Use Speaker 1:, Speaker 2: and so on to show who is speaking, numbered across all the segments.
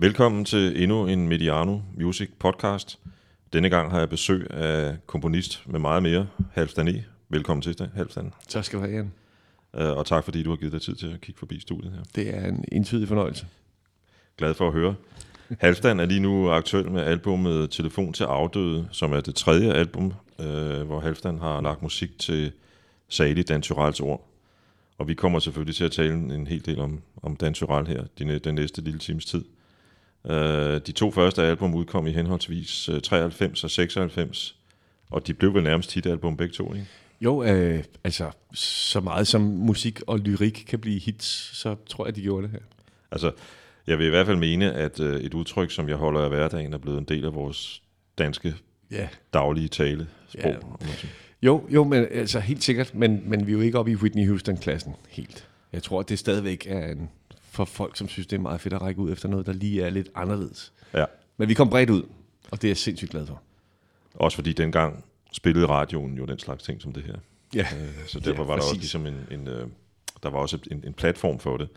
Speaker 1: Velkommen til endnu en Mediano Music podcast. Denne gang har jeg besøg af komponist med meget mere, Halfdan E. Velkommen til dig, Halfdan.
Speaker 2: Tak skal du have, Jan.
Speaker 1: Og tak fordi du har givet dig tid til at kigge forbi studiet her.
Speaker 2: Det er en entydig fornøjelse.
Speaker 1: Glad for at høre. Halfdan er lige nu aktuel med albumet Telefon til Afdøde, som er det tredje album, hvor Halfdan har lagt musik til salig Dan Turèls ord. Og vi kommer selvfølgelig til at tale en hel del om Dan Turèll her den næste lille times tid. De to første album udkom i henholdsvis 93 og 96, og de blev vel nærmest hitalbum begge to, ikke?
Speaker 2: Jo, altså så meget som musik og lyrik kan blive hits, så tror jeg, de gjorde det her.
Speaker 1: Altså, jeg vil i hvert fald mene, at et udtryk, som jeg holder af hverdagen, er blevet en del af vores danske daglige tale sprog.
Speaker 2: Jo, men altså helt sikkert, men vi er jo ikke oppe i Whitney Houston-klassen helt. Jeg tror, at det stadigvæk er for folk, som synes, det er meget fedt at række ud efter noget, der lige er lidt anderledes. Ja. Men vi kom bredt ud, og det er jeg sindssygt glad for.
Speaker 1: Også fordi dengang spillede radioen jo den slags ting som det her.
Speaker 2: Ja.
Speaker 1: Så derfor var der også ligesom der var også en platform for det.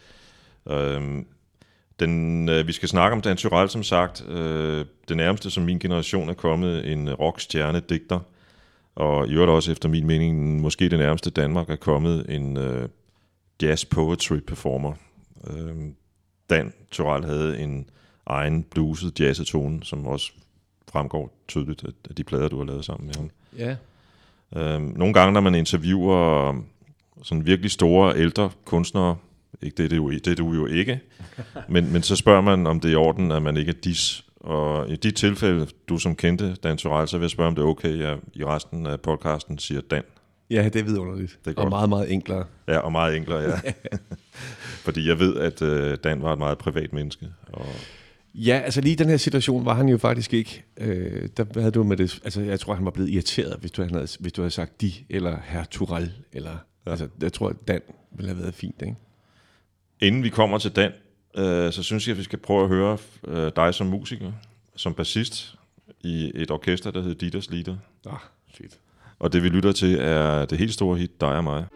Speaker 1: Vi skal snakke om Dan Turèll, som sagt. Det nærmeste, som min generation er kommet, en rockstjerne, digter, og i øvrigt også efter min mening, måske det nærmeste Danmark er kommet, en jazz poetry performer. Dan Turèll havde en egen bluset jazzet tone, som også fremgår tydeligt af de plader, du har lavet sammen med ham.
Speaker 2: Ja.
Speaker 1: Nogle gange, når man interviewer sådan virkelig store, ældre kunstnere, ikke det er du jo ikke, men så spørger man, om det er i orden, at man ikke er dis. Og i de tilfælde, du som kendte Dan Turèll, så vil jeg spørge, om det er okay, jeg i resten af podcasten siger Dan.
Speaker 2: Ja, det er vidunderligt. Det er og meget, meget enklere.
Speaker 1: Ja, og meget enklere, ja. Fordi jeg ved, at Dan var et meget privat menneske. Og
Speaker 2: ja, altså lige i den her situation var han jo faktisk ikke. Der havde du med det. Altså, jeg tror, han var blevet irriteret, hvis du havde sagt de, eller herr Turèll, eller altså, jeg tror, at Dan ville have været fint, ikke?
Speaker 1: Inden vi kommer til Dan, så synes jeg, at vi skal prøve at høre dig som musiker, som bassist i et orkester, der hedder Dieters Lieder.
Speaker 2: Fedt.
Speaker 1: Og det vi lytter til er det helt store hit, Dig og mig.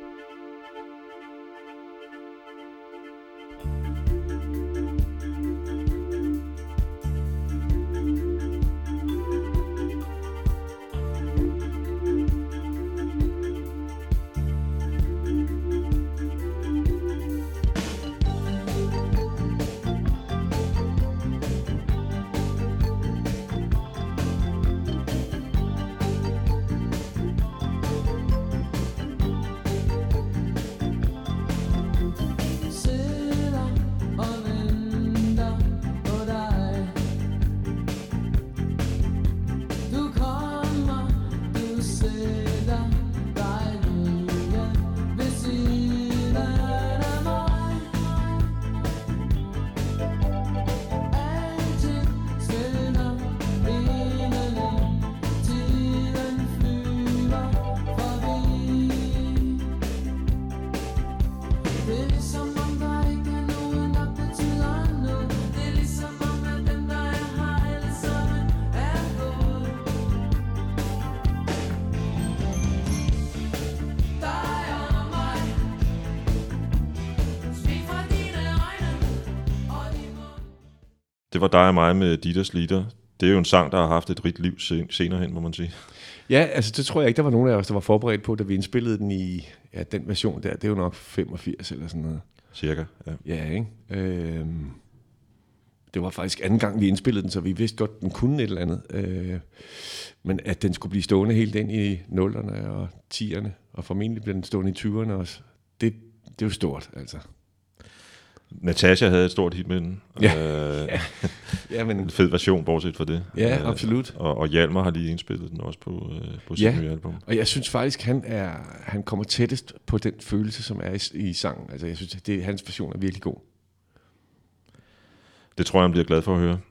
Speaker 1: Det var Dig og mig med Dieters Lieder. Det er jo en sang, der har haft et rigt liv senere hen, må man sige.
Speaker 2: Ja, altså det tror jeg ikke, der var nogen af os, der var forberedt på, da vi indspillede den i den version der. Det er jo nok 85 eller sådan noget.
Speaker 1: Cirka, ja.
Speaker 2: Ja, ikke? Det var faktisk anden gang, vi indspillede den, så vi vidste godt, den kunne et eller andet. Men at den skulle blive stående helt ind i 0'erne og 10'erne, og formentlig blev den stående i 20'erne også, det er jo stort, altså.
Speaker 1: Natasha havde et stort hit med den.
Speaker 2: Ja, men
Speaker 1: en fed version, bortset fra det.
Speaker 2: Ja, absolut.
Speaker 1: Og Hjalmar har lige indspillet den også på sit nye album.
Speaker 2: Og jeg synes faktisk, han kommer tættest på den følelse, som er i sangen. Altså, jeg synes, hans version er virkelig god.
Speaker 1: Det tror jeg, han bliver glad for at høre.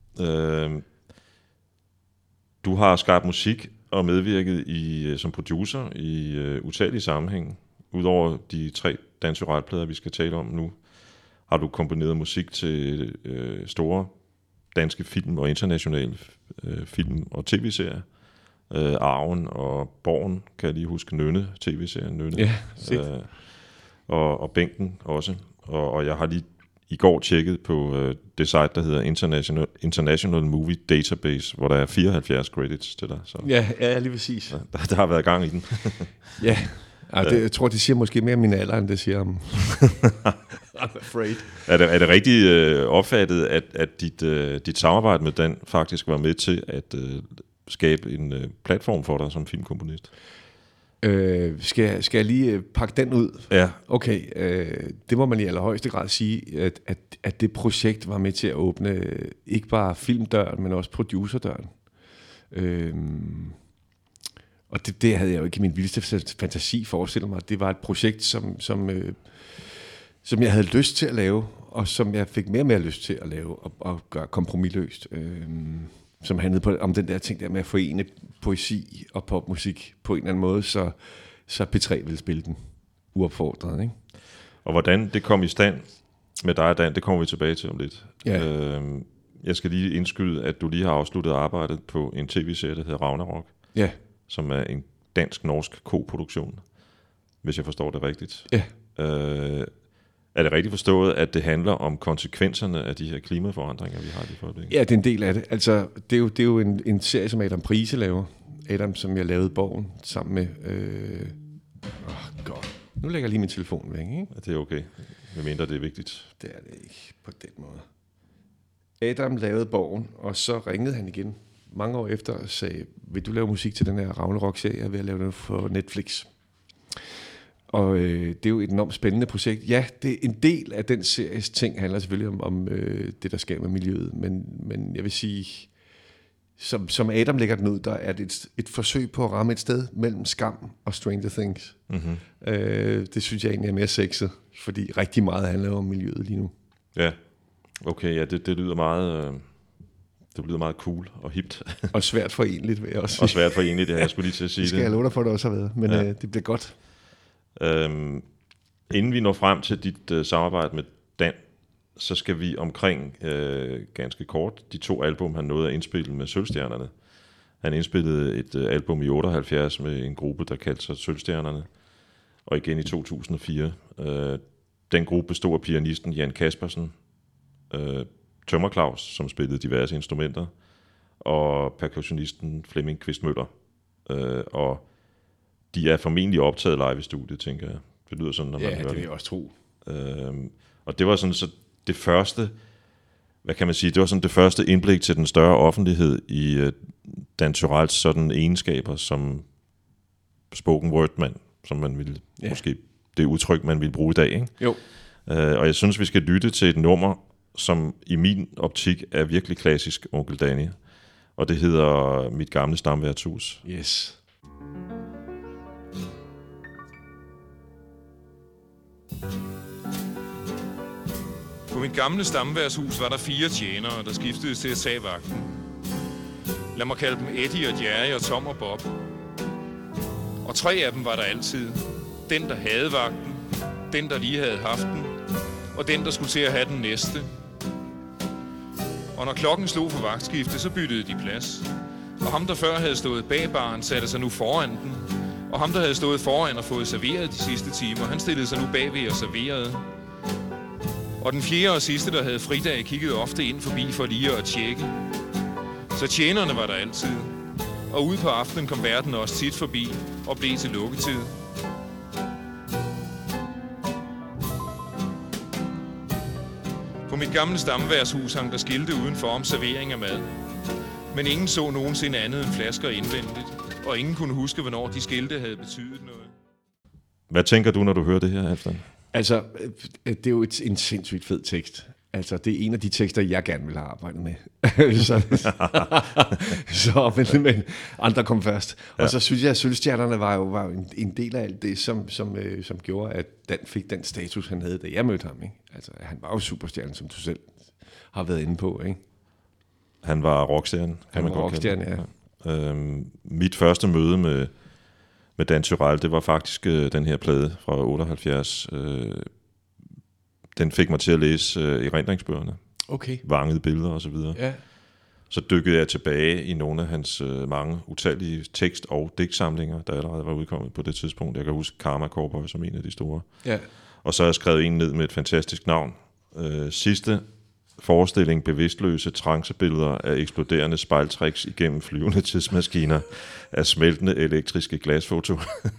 Speaker 1: Du har skabt musik og medvirket som producer i utallige sammenhænge. Udover de 3 Dan Turèll-plader, vi skal tale om nu, har du komponeret musik til store danske film og internationale film og tv-serier. Arven og Borgen, kan jeg lige huske, Nynne, tv-serien Nynne.
Speaker 2: Ja,
Speaker 1: og Bænken også. Og jeg har lige i går tjekket på det site, der hedder International Movie Database, hvor der er 74 credits til dig. Så.
Speaker 2: Ja, lige præcis.
Speaker 1: Der har været gang i den.
Speaker 2: Ja, jeg tror, det siger måske mere om min alder, end det siger om... I'm afraid.
Speaker 1: Er det rigtigt opfattet, at dit samarbejde med Dan faktisk var med til at skabe en platform for dig som filmkomponist?
Speaker 2: Skal jeg lige pakke den ud?
Speaker 1: Ja.
Speaker 2: Okay, det må man i allerhøjeste grad sige, at det projekt var med til at åbne ikke bare filmdøren, men også producerdøren. Og det havde jeg jo ikke i min vildeste fantasi forestillet mig. Det var et projekt, som jeg havde lyst til at lave, og som jeg fik mere og mere lyst til at lave, og gøre kompromisløst. Som handlede om den der ting der med at forene poesi og popmusik på en eller anden måde, så P3 ville spille den uopfordret, ikke?
Speaker 1: Og hvordan det kom i stand med dig og Dan, det kommer vi tilbage til om lidt.
Speaker 2: Ja.
Speaker 1: Jeg skal lige indskyde, at du lige har afsluttet arbejdet på en tv-serie, der hedder Ragnarok,
Speaker 2: ja.
Speaker 1: Som er en dansk-norsk koproduktion, hvis jeg forstår det rigtigt.
Speaker 2: Ja.
Speaker 1: Er det rigtigt forstået, at det handler om konsekvenserne af de her klimaforandringer, vi har i øjeblikket?
Speaker 2: Ja, det er en del af det. Altså, det er jo en serie, som Adam Prise laver. Adam, som jeg lavede bogen sammen med... God. Nu lægger jeg lige min telefon væk, ikke?
Speaker 1: Ja, det er okay. Medmindre det er vigtigt.
Speaker 2: Det er det ikke på den måde. Adam lavede bogen, og så ringede han igen mange år efter og sagde, vil du lave musik til den her Ragnarok-serie? Jeg er ved at lave den for Netflix. Og det er jo et enormt spændende projekt. Ja, det er en del af den series ting handler selvfølgelig om det, der sker med miljøet. Men jeg vil sige, som Adam lægger den ud, der er det et forsøg på at ramme et sted mellem Skam og Stranger Things. Mm-hmm. Det synes jeg egentlig er mere sexet, fordi rigtig meget handler om miljøet lige nu.
Speaker 1: Ja, okay, ja, det lyder meget... Det lyder meget cool og hipt.
Speaker 2: Og svært forenligt, vil jeg også sige.
Speaker 1: Og svært forenligt, jeg skulle lige til at sige det.
Speaker 2: Det skal jeg love dig for, det også har været, men det bliver godt.
Speaker 1: Inden vi når frem til dit samarbejde med Dan, så skal vi omkring ganske kort de 2 album, han nåede at indspille med Sølvstjernerne. Han indspillede et album i 78 med en gruppe, der kaldte sig Sølvstjernerne, og igen i 2004. Den gruppe bestod af pianisten Jan Kaspersen, Tømmer Claus, som spillede diverse instrumenter, og percussionisten Flemming Kvist-Møller. Og de er formentlig optaget live i studiet, tænker jeg. Det lyder sådan, når man hører det.
Speaker 2: Ja, det vil jeg også tro.
Speaker 1: Og det var sådan så det første, hvad kan man sige, det var sådan det første indblik til den større offentlighed i Dan Turèlls sådan egenskaber som spoken word mand, som man ville, måske det udtryk, man ville bruge i dag, ikke?
Speaker 2: Jo.
Speaker 1: Og jeg synes, vi skal lytte til et nummer, som i min optik er virkelig klassisk Onkel Danny. Og det hedder Mit gamle stamværtshus.
Speaker 2: Yes.
Speaker 3: På mit gamle stamværtshus var der 4 tjenere, der skiftedes til at tage vagten. Lad mig kalde dem Eddie og Jerry og Tom og Bob. Og 3 af dem var der altid. Den, der havde vagten, den, der lige havde haft den, og den, der skulle til at have den næste. Og når klokken slog for vagtskifte, så byttede de plads. Og ham, der før havde stået bag baren, satte sig nu foran den. Og ham, der havde stået foran og fået serveret de sidste timer, han stillede sig nu bagved og serverede. Og den 4. og sidste, der havde fridag, kiggede ofte ind forbi for lige at tjekke. Så tjenerne var der altid. Og ude på aftenen kom verden også tit forbi og blev til lukketid. På mit gamle stamværtshus hang der skilte udenfor om servering af mad. Men ingen så nogensinde andet end flasker indvendigt, og ingen kunne huske, hvornår de skilte havde betydet noget.
Speaker 1: Hvad tænker du, når du hører det her, Halfdan?
Speaker 2: Altså, det er jo en sindssygt fed tekst. Altså, det er en af de tekster, jeg gerne vil have arbejdet med. men andre kom først. Ja. Og så synes jeg, at Sølvstjernerne var jo en del af alt det, som gjorde, at Dan fik den status, han havde, da jeg mødte ham. Ikke? Altså, han var jo superstjerne, som du selv har været inde på. Ikke?
Speaker 1: Han var rockstjerne.
Speaker 2: Han var rockstjerne, ja.
Speaker 1: Mit første møde med Dan Turèll, det var faktisk den her plade fra 78. Den fik mig til at læse erindringsbøgerne.
Speaker 2: Okay.
Speaker 1: Vangede billeder og så videre.
Speaker 2: Ja.
Speaker 1: Så dykkede jeg tilbage i nogle af hans mange utallige tekst- og digtsamlinger, der allerede var udkommet på det tidspunkt. Jeg kan huske Karma Cowboy som en af de store.
Speaker 2: Ja.
Speaker 1: Og så har jeg skrevet en ned med et fantastisk navn, sidste forestilling bevidstløse trancebilleder af eksploderende spejltricks igennem flyvende tidsmaskiner af smeltende elektriske glasfoto.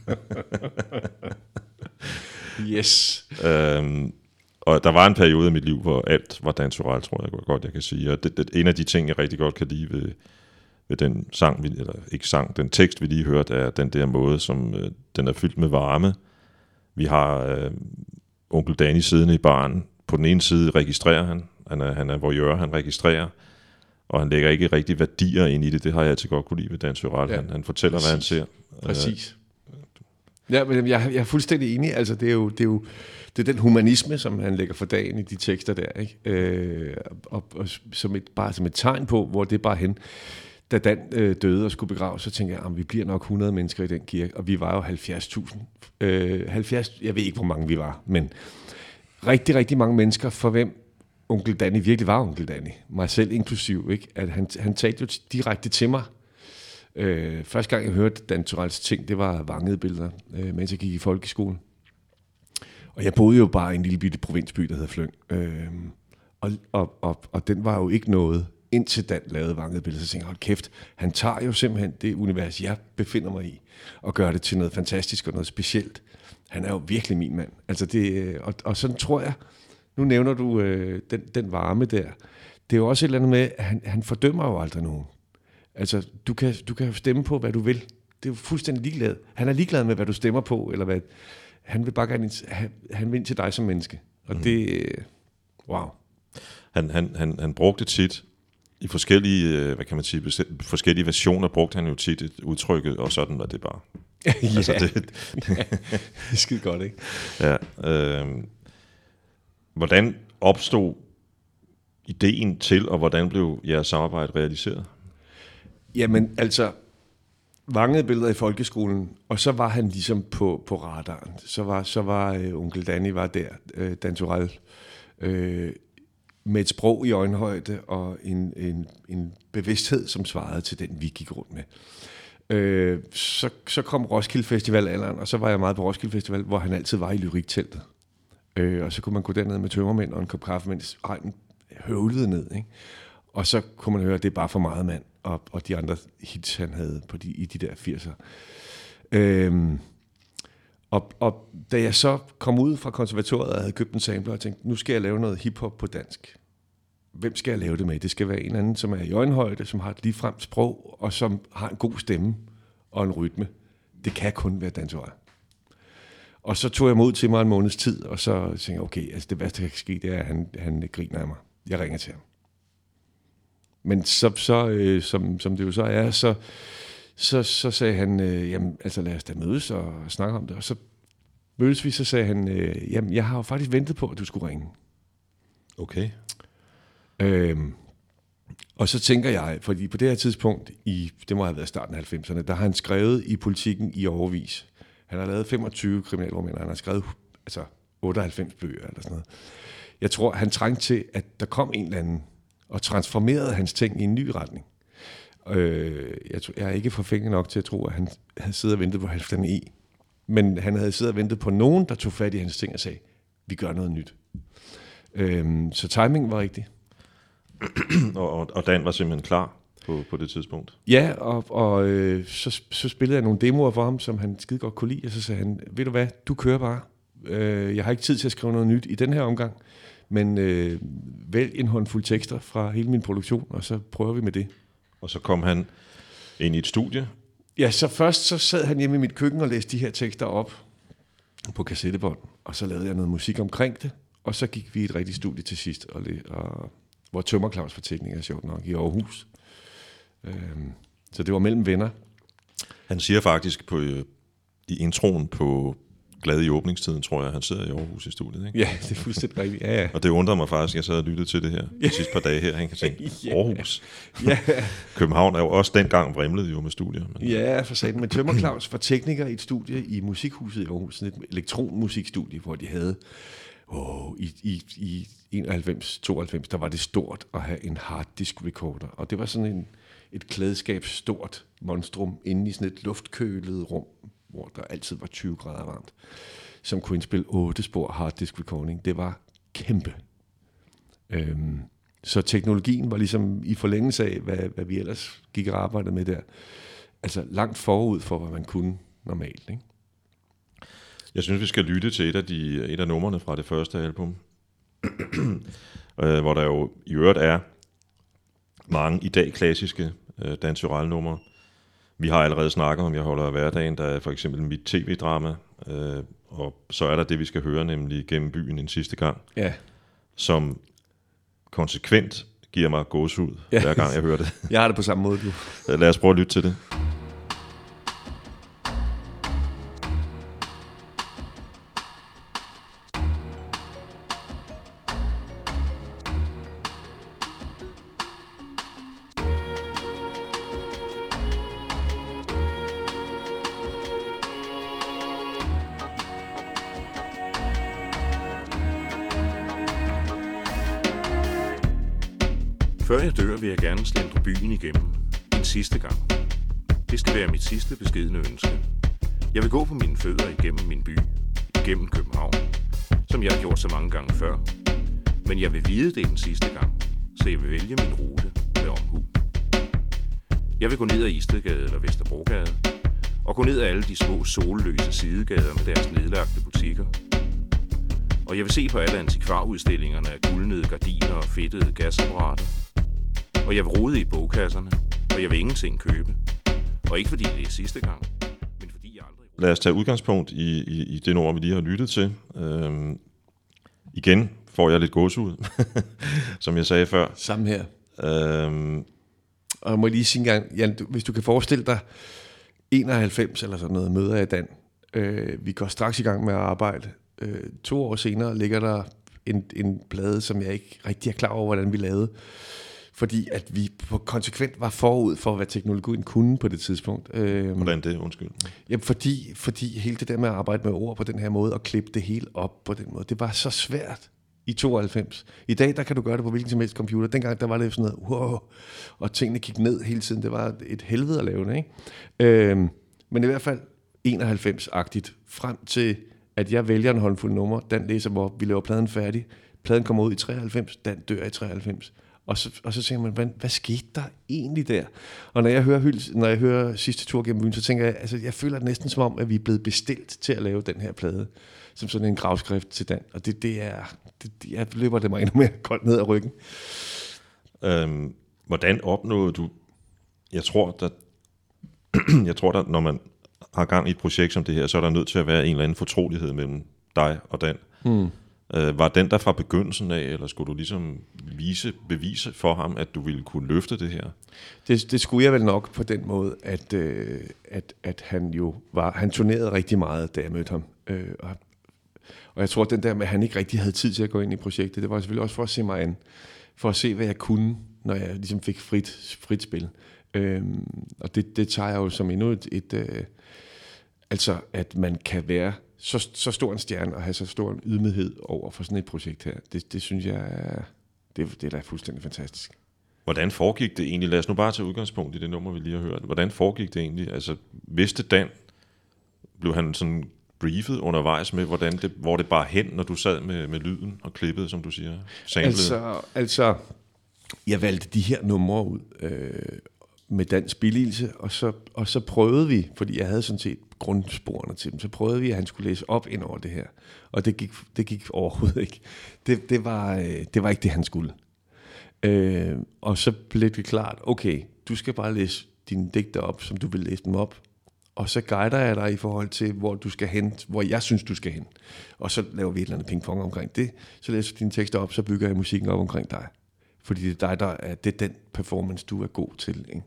Speaker 2: Yes.
Speaker 1: Og der var en periode i mit liv, hvor alt var Dan Turèll, tror jeg godt, jeg kan sige. Og en af de ting, jeg rigtig godt kan lide ved den sang, eller ikke sang, den tekst, vi lige hørte, er den der måde, som den er fyldt med varme. Vi har onkel Danny siddende i baren. På den ene side registrerer han er voyeur, han registrerer, og han lægger ikke rigtig værdier ind i det. Det har jeg altid godt kunne lide ved Dan Turèll. Ja, han fortæller, præcis, hvad han ser.
Speaker 2: Præcis. Ja, men jeg er fuldstændig enig. Altså, det er den humanisme, som han lægger for dagen i de tekster der, ikke? Og bare som et tegn på, hvor det er bare hen. Da Dan døde og skulle begraves, så tænkte jeg, at vi bliver nok 100 mennesker i den kirke, og vi var jo 70.000. 70, jeg ved ikke, hvor mange vi var, men rigtig, rigtig mange mennesker, for hvem onkel Danny virkelig var onkel Danny. Mig selv inklusiv, ikke? At han talte jo direkte til mig. Første gang, jeg hørte Dan Turèlls ting, det var vangede billeder, mens jeg gik i folkeskolen. Og jeg boede jo bare i en lille bitte provinsby, der hedder Fløng. Og den var jo ikke noget, indtil Dan lavede vangede billeder. Så tænkte jeg, hold kæft, han tager jo simpelthen det univers, jeg befinder mig i, og gør det til noget fantastisk og noget specielt. Han er jo virkelig min mand. Altså og sådan tror jeg, nu nævner du den varme der. Det er jo også et eller andet med, at han fordømmer jo aldrig nogen. Altså, du kan jo stemme på, hvad du vil. Det er jo fuldstændig ligeglad. Han er ligeglad med, hvad du stemmer på, eller hvad. Han vil bare gerne han vil ind til dig som menneske. Og det, wow.
Speaker 1: Han brugte tit i forskellige, hvad kan man sige, forskellige versioner brugte han jo tit et udtrykket, og sådan var det bare.
Speaker 2: Ja, altså, det er skide godt, ikke?
Speaker 1: Ja. Hvordan opstod ideen til, og hvordan blev jeres samarbejde realiseret?
Speaker 2: Jamen, altså, vangede billeder i folkeskolen, og så var han ligesom på radaren. Så var onkel Danny var der, Dan Turèll, med et sprog i øjenhøjde og en bevidsthed, som svarede til den, vi gik rundt med. Så kom Roskilde Festival-alderen, og så var jeg meget på Roskilde Festival, hvor han altid var i lyrikteltet. Og så kunne man gå derned med tømmermænd og en kop kaffe, mens regnen høvlede ned, ikke? Og så kunne man høre, at det er bare for meget mand, og de andre hits, han havde i de der 80'er. Og da jeg så kom ud fra konservatoriet og havde købt en sampler, og tænkte, nu skal jeg lave noget hiphop på dansk. Hvem skal jeg lave det med? Det skal være en anden, som er i øjenhøjde, som har et ligefremt sprog, og som har en god stemme og en rytme. Det kan kun være Dan Turèll. Og så tog jeg mod til mig en måneds tid, og så tænkte jeg, okay, altså det værste, der kan ske, det er, at han griner af mig. Jeg ringer til ham. Men som det jo så er, så sagde han, jamen, altså lad os da mødes og snakke om det. Og så mødes vi, så sagde han, jamen, jeg har jo faktisk ventet på, at du skulle ringe.
Speaker 1: Okay.
Speaker 2: Og så tænker jeg, fordi på det her tidspunkt, det må have været starten af 90'erne, der har han skrevet i Politikken i årevis. Han har lavet 25 kriminalromaner, han har skrevet 98 bøger eller sådan noget. Jeg tror, han trængte til, at der kom en eller anden og transformerede hans ting i en ny retning. Jeg er ikke forfængelig nok til at tro, at han havde siddet og ventet på Halfdan E. Men han havde siddet og ventet på nogen, der tog fat i hans ting og sagde, vi gør noget nyt. Så timingen var rigtig.
Speaker 1: og Dan var simpelthen klar på det tidspunkt?
Speaker 2: Ja, og så spillede jeg nogle demoer for ham, som han skide godt kunne lide, og så sagde han, ved du hvad, du kører bare. Jeg har ikke tid til at skrive noget nyt i den her omgang, men vælg en håndfuld tekster fra hele min produktion, og så prøver vi med det.
Speaker 1: Og så kom han ind i et studie?
Speaker 2: Ja, så først så sad han hjemme i mit køkken og læste de her tekster op på kassettebånd, og så lavede jeg noget musik omkring det, og så gik vi i et rigtigt studie til sidst, hvor Tømmer Claus var tekniker, sjovt nok, i Aarhus. Så det var mellem venner.
Speaker 1: Han siger faktisk i introen på Glad i åbningstiden, tror jeg, han sidder i Aarhus i studiet, ikke?
Speaker 2: Ja, det er fuldstændig rigtigt. Ja.
Speaker 1: Og det undrer mig faktisk, jeg sad og lyttede til det her de sidste par dage her, han kan tænke, Aarhus.
Speaker 2: Ja.
Speaker 1: København er jo også dengang vrimlet jo med studier. Men... Ja,
Speaker 2: for satan. Men Tømmer Claus var tekniker i et studie i Musikhuset i Aarhus, sådan et elektronmusikstudie, hvor de havde i 91-92, der var det stort at have en harddisk recorder, og det var sådan et klædeskabsstort monstrum inde i sådan et luftkølet rum, hvor der altid var 20 grader varmt, som kunne indspille 8 spor harddisk recording. Det var kæmpe. Så teknologien var ligesom i forlængelse af, hvad vi ellers gik og arbejdede med der. Altså langt forud for, hvad man kunne normalt, ikke?
Speaker 1: Jeg synes, vi skal lytte til et af numrene fra det første album, hvor der jo i øvrigt er mange i dag klassiske Dan Turèll-numre. Vi har allerede snakket om, Jeg holder af hverdagen, der er for eksempel mit tv-drama, og så er der det, vi skal høre, nemlig Gennem byen en sidste gang, som konsekvent giver mig gåsehud, hver gang jeg hører det.
Speaker 2: Jeg har det på samme måde, du.
Speaker 1: Lad os prøve at lytte til det.
Speaker 4: Før jeg dør, vil jeg gerne slendre byen igennem. En sidste gang. Det skal være mit sidste beskedne ønske. Jeg vil gå på mine fødder igennem min by, igennem København, som jeg har gjort så mange gange før. Men jeg vil vide det en sidste gang, så jeg vil vælge min rute med omhu. Jeg vil gå ned ad Istedgade eller Vesterbrogade, og gå ned ad alle de små solløse sidegader med deres nedlagte butikker. Og jeg vil se på alle antikvarudstillingerne af guldnede gardiner og fedtede gasapparater. Og jeg vil rode i bogkasserne, og jeg vil ingenting købe. Og ikke fordi det er sidste gang, men fordi jeg aldrig...
Speaker 1: Lad os tage udgangspunkt i det nummer, vi lige har lyttet til. Igen får jeg lidt gåsehud, som jeg sagde før.
Speaker 2: Sammen her. Og jeg må lige sige en gang, Jan, hvis du kan forestille dig 91 eller sådan noget, møder jeg Dan. Vi går straks i gang med at arbejde. 2 år senere ligger der en plade, som jeg ikke rigtig er klar over, hvordan vi lavede. Fordi at vi konsekvent var forud for, hvad teknologien kunne på det tidspunkt.
Speaker 1: Hvordan det? Undskyld.
Speaker 2: Jamen fordi hele det der med at arbejde med ord på den her måde, og klippe det hele op på den måde, det var så svært i 92. I dag, der kan du gøre det på hvilken som helst computer. Dengang, der var det sådan noget, wow, og tingene gik ned hele tiden. Det var et helvede at lave det, ikke? Men i hvert fald 91-agtigt, frem til, at jeg vælger en håndfuld nummer, Dan læser mig op, vi laver pladen færdig. Pladen kommer ud i 93, Dan dør i 93. Og så tænker man, hvad skete der egentlig der? Og når jeg hører sidste tur gennem byen, så tænker jeg, altså jeg føler det næsten som om, at vi er blevet bestilt til at lave den her plade, som sådan en gravskrift til Dan. Og jeg løber det mig endnu mere koldt ned ad ryggen.
Speaker 1: Hvordan opnåede du... Jeg tror, der, når man har gang i et projekt som det her, så er der nødt til at være en eller anden fortrolighed mellem dig og Dan. Var den der fra begyndelsen af, eller skulle du ligesom bevise for ham, at du ville kunne løfte det her?
Speaker 2: Det skulle jeg vel nok på den måde, at han jo var... Han turnerede rigtig meget, da jeg mødte ham. Og jeg tror, at den der med, at han ikke rigtig havde tid til at gå ind i projektet, det var selvfølgelig også for at se mig an. For at se, hvad jeg kunne, når jeg ligesom fik frit spil. Og det tager jeg jo som endnu altså, at man kan være så stor en stjerne og have så stor en ydmyghed over for sådan et projekt her. Det synes jeg, det er da fuldstændig fantastisk.
Speaker 1: Hvordan foregik det egentlig? Lad os nu bare tage udgangspunkt i det nummer, vi lige har hørt. Hvordan foregik det egentlig? Altså, vidste Dan, blev han sådan briefet undervejs med, hvor det bare hen, når du sad med lyden og klippede, som du siger?
Speaker 2: Altså, jeg valgte de her numre ud med Dans billigelse, og så prøvede vi, fordi jeg havde sådan set grundsporene til dem, så prøvede vi, at han skulle læse op ind over det her. Og det gik overhovedet ikke. Det var ikke det, han skulle. Og så blev det klart, okay, du skal bare læse dine digter op, som du vil læse dem op, og så guider jeg dig i forhold til, hvor du skal hen, hvor jeg synes, du skal hen. Og så laver vi et eller andet pingpong omkring det. Så læser du dine tekster op, så bygger jeg musikken op omkring dig. Fordi det er dig, det er den performance, du er god til, ikke?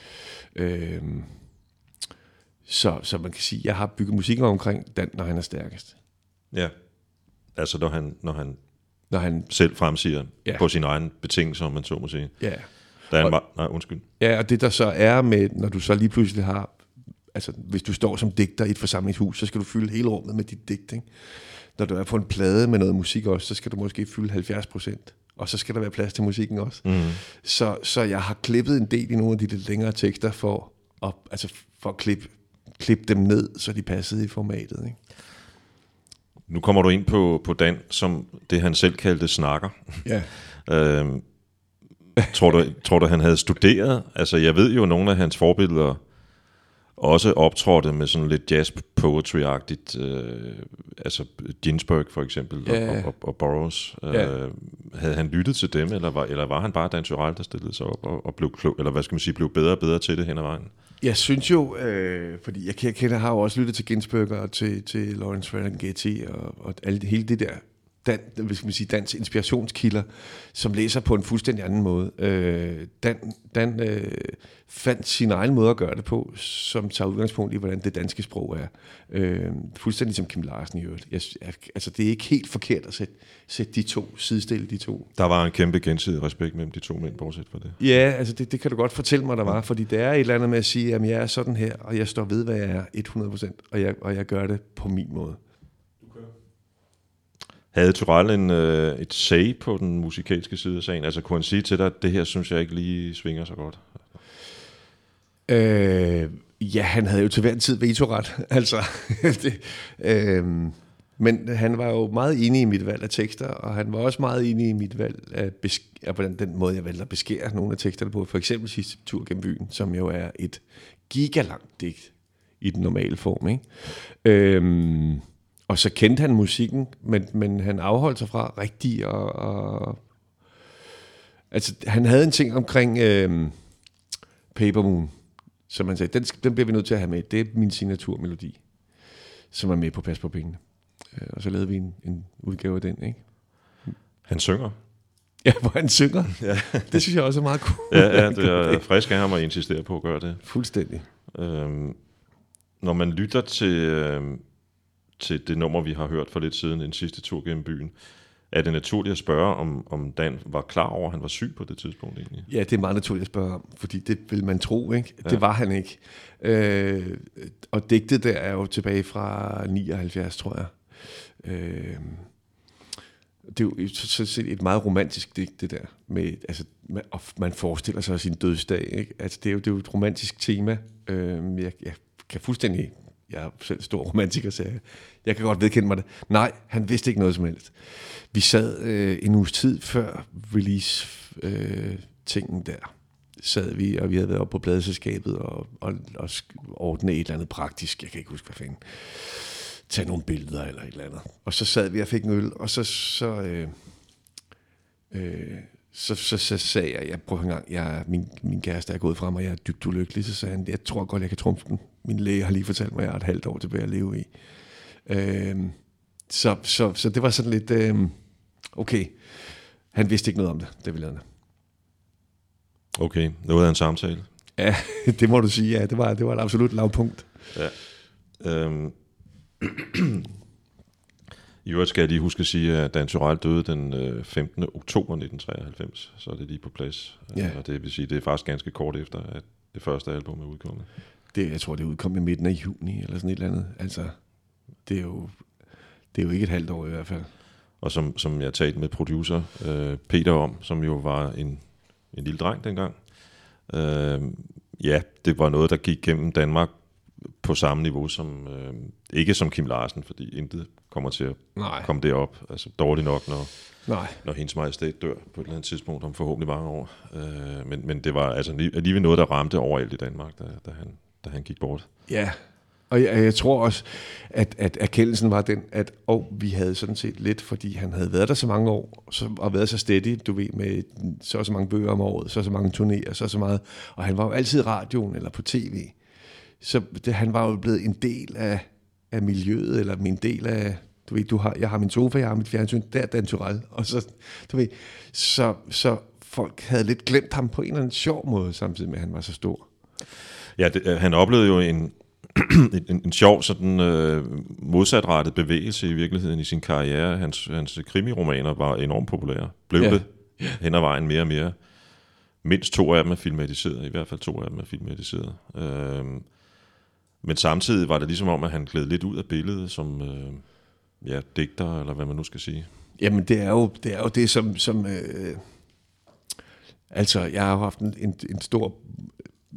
Speaker 2: Så man kan sige, jeg har bygget musikken omkring Dan, når han er stærkest.
Speaker 1: Ja, altså når han selv fremsiger på sin egen betingelser, om man så må sige.
Speaker 2: Ja.
Speaker 1: Undskyld.
Speaker 2: Ja, og det der så er med, når du så lige pludselig har, altså hvis du står som digter i et forsamlingshus, så skal du fylde hele rummet med dit digt, ikke? Når du er på en plade med noget musik også, så skal du måske fylde 70%. Og så skal der være plads til musikken også. Så jeg har klippet en del i nogle af de lidt længere tekster for at klippe dem ned, så de passede i formatet, ikke?
Speaker 1: Nu kommer du ind på Dan, som det han selv kaldte snakker.
Speaker 2: Ja.
Speaker 1: Tror du, han havde studeret? Altså, jeg ved jo, nogle af hans forbilleder også optrådte med sådan lidt jazz poetry-agtigt. Altså Ginsberg for eksempel, og Burroughs. Havde han lyttet til dem, eller var han bare Dan Turèll, der stillede sig op og blev klog, eller hvad skal man sige, blev bedre og bedre til det hen ad vejen?
Speaker 2: Jeg synes jo, fordi jeg har jo også lyttet til Ginsberg og til Lawrence Ferlinghetti og hele det der dans inspirationskilder, som læser på en fuldstændig anden måde. Dan fandt sin egen måde at gøre det på, som tager udgangspunkt i, hvordan det danske sprog er. Fuldstændig som Kim Larsen i øvrigt. Altså, det er ikke helt forkert at sætte de to, sidestille de to.
Speaker 1: Der var en kæmpe gensidig respekt mellem de to mænd, bortset fra det.
Speaker 2: Ja, altså det kan du godt fortælle mig, der var, fordi det er et eller andet med at sige, at jeg er sådan her, og jeg står ved, hvad jeg er 100%, og jeg gør det på min måde.
Speaker 1: Havde Turèll et say på den musikalske side af sagen? Altså kunne han sige til dig, at det her synes jeg ikke lige svinger så godt?
Speaker 2: Ja, han havde jo til hver en tid vetoret. Altså, men han var jo meget enig i mit valg af tekster, og han var også meget enig i mit valg af på den måde, jeg valgte at beskære nogle af teksterne på. For eksempel Sidste tur gennem byen, som jo er et gigalangt digt i den normale form, ikke? Og så kendte han musikken, men han afholdt sig fra rigtig og altså, han havde en ting omkring Paper Moon, som han sagde, den bliver vi nødt til at have med. Det er min signaturmelodi, som er med på Pas på pengene. Og så lavede vi en udgave af den, ikke?
Speaker 1: Han synger.
Speaker 2: Ja, hvor han synger. Ja. Det synes jeg også er meget cool.
Speaker 1: Ja, det er frisk af ham at insistere på at gøre det.
Speaker 2: Fuldstændig.
Speaker 1: Når man lytter til det nummer, vi har hørt for lidt siden, En sidste tur gennem byen, er det naturligt at spørge, om Dan var klar over, at han var syg på det tidspunkt egentlig?
Speaker 2: Ja, det er meget naturligt at spørge om, fordi det vil man tro, ikke? Ja. Det var han ikke. Og digtet der er jo tilbage fra 79, tror jeg. Det er jo et meget romantisk digt, det der. Man forestiller sig sin dødsdag, ikke? Altså, det er jo et romantisk tema. Jeg kan fuldstændig... Jeg er selv stor romantiker, så jeg kan godt vedkende mig det. Nej, han vidste ikke noget som helst. Vi sad en uges tid før release-tingen der. Sad vi, og vi havde været oppe på pladeselskabet og ordne et eller andet praktisk. Jeg kan ikke huske, hvad fanden. Tage nogle billeder eller et eller andet. Og så sad vi og fik en øl, og så sagde jeg prøver en gang, min kæreste er gået frem, og jeg er dybt ulykkelig. Så sagde han, jeg tror godt, jeg kan trumfe den. Min læge har lige fortalt mig, at jeg har et halvt år tilbage at leve i. Så det var sådan lidt, okay. Han vidste ikke noget om det ville han.
Speaker 1: Okay, noget af en samtale.
Speaker 2: Ja, det må du sige, ja. Det var et absolut lavpunkt.
Speaker 1: Ja. I øvrigt skal jeg lige huske at sige, at Dan Turèll døde den 15. oktober 1993, så er det lige på plads. Ja. Og det vil sige, det er faktisk ganske kort efter, at det første album er udkommet.
Speaker 2: Jeg tror, det udkom i midten af juni, eller sådan et eller andet. Altså, det er jo ikke et halvt år i hvert fald.
Speaker 1: Og som jeg talte med producer Peter om, som jo var en lille dreng dengang. Ja, det var noget, der gik gennem Danmark på samme niveau som, ikke som Kim Larsen, fordi intet kommer til at komme derop. Altså dårligt nok, når hendes majestæt dør på et eller andet tidspunkt om forhåbentlig mange år. Men det var altså alligevel noget, der ramte overalt i Danmark, da han gik bort.
Speaker 2: Ja, og jeg tror også, at erkendelsen var den, at vi havde sådan set lidt, fordi han havde været der så mange år, og været så steady, du ved, med så mange bøger om året, så mange turnéer, så meget. Og han var jo altid i radioen eller på tv. Så han var jo blevet en del af miljøet, eller min del af, du ved, jeg har min sofa, jeg har mit fjernsyn, der er Dan Turèll. Og så, du ved, så folk havde lidt glemt ham på en eller anden sjov måde, samtidig med, at han var så stor.
Speaker 1: Ja, han oplevede jo en sjov, sådan modsatrettet bevægelse i virkeligheden i sin karriere. Hans krimiromaner var enormt populære. Blev det hen ad vejen mere og mere. Mindst 2 af dem er filmatiseret, i hvert fald 2 af dem er filmatiseret. Men samtidig var det ligesom om, at han gled lidt ud af billedet som digter, eller hvad man nu skal sige.
Speaker 2: Jamen, det er jo det, som altså, jeg har jo haft en stor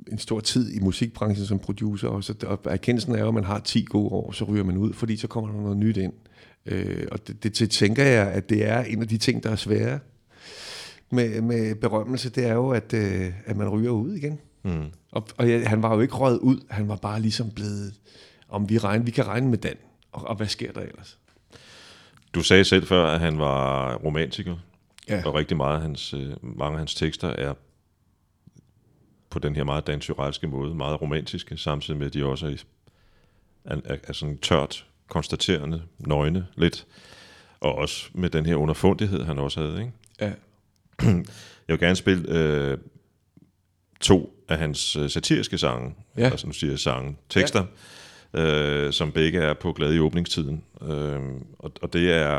Speaker 2: en stor tid i musikbranchen som producer, og erkendelsen er jo, at man har 10 gode år, så ryger man ud, fordi så kommer der noget nyt ind. Og det tænker jeg, at det er en af de ting, der er svære med berømmelse, det er jo, at man ryger ud igen. Han var jo ikke røget ud, han var bare ligesom blevet, om vi kan regne med Dan, og hvad sker der ellers?
Speaker 1: Du sagde selv før, at han var romantiker,
Speaker 2: ja.
Speaker 1: Og rigtig mange af hans tekster er på den her meget Dan Tyrellske måde, meget romantiske, samtidig med, at de også er sådan tørt, konstaterende, nøgne lidt, og også med den her underfundighed, han også havde, ikke?
Speaker 2: Ja.
Speaker 1: Jeg vil gerne spille 2 af hans satiriske sange, altså nu siger jeg sange, tekster, som begge er på Glad i åbningstiden, og det er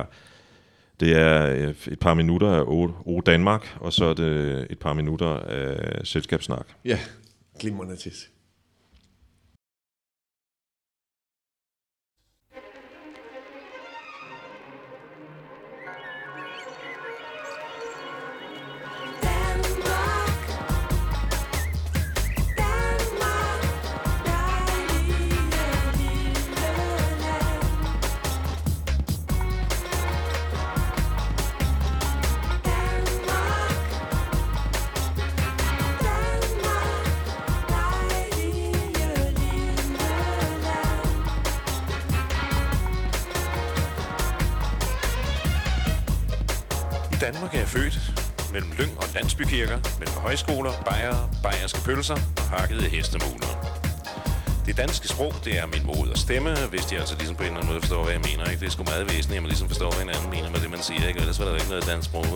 Speaker 1: et par minutter af O Danmark, og så er det et par minutter af Selskabssnak.
Speaker 2: Ja, glimrende tis.
Speaker 4: I Danmark er jeg født mellem lyng og landsbykirker, mellem højskoler, bajere, bajerske pølser og hakkede hestemuler. Det danske sprog, det er min mod og stemme, hvis de altså ligesom på en eller anden måde forstår, hvad jeg mener. Ikke? Det er sgu meget væsentligt, at man ligesom forstår, hvad hinanden mener med det, man siger. Ikke? Ellers var der ikke noget dansk sprog.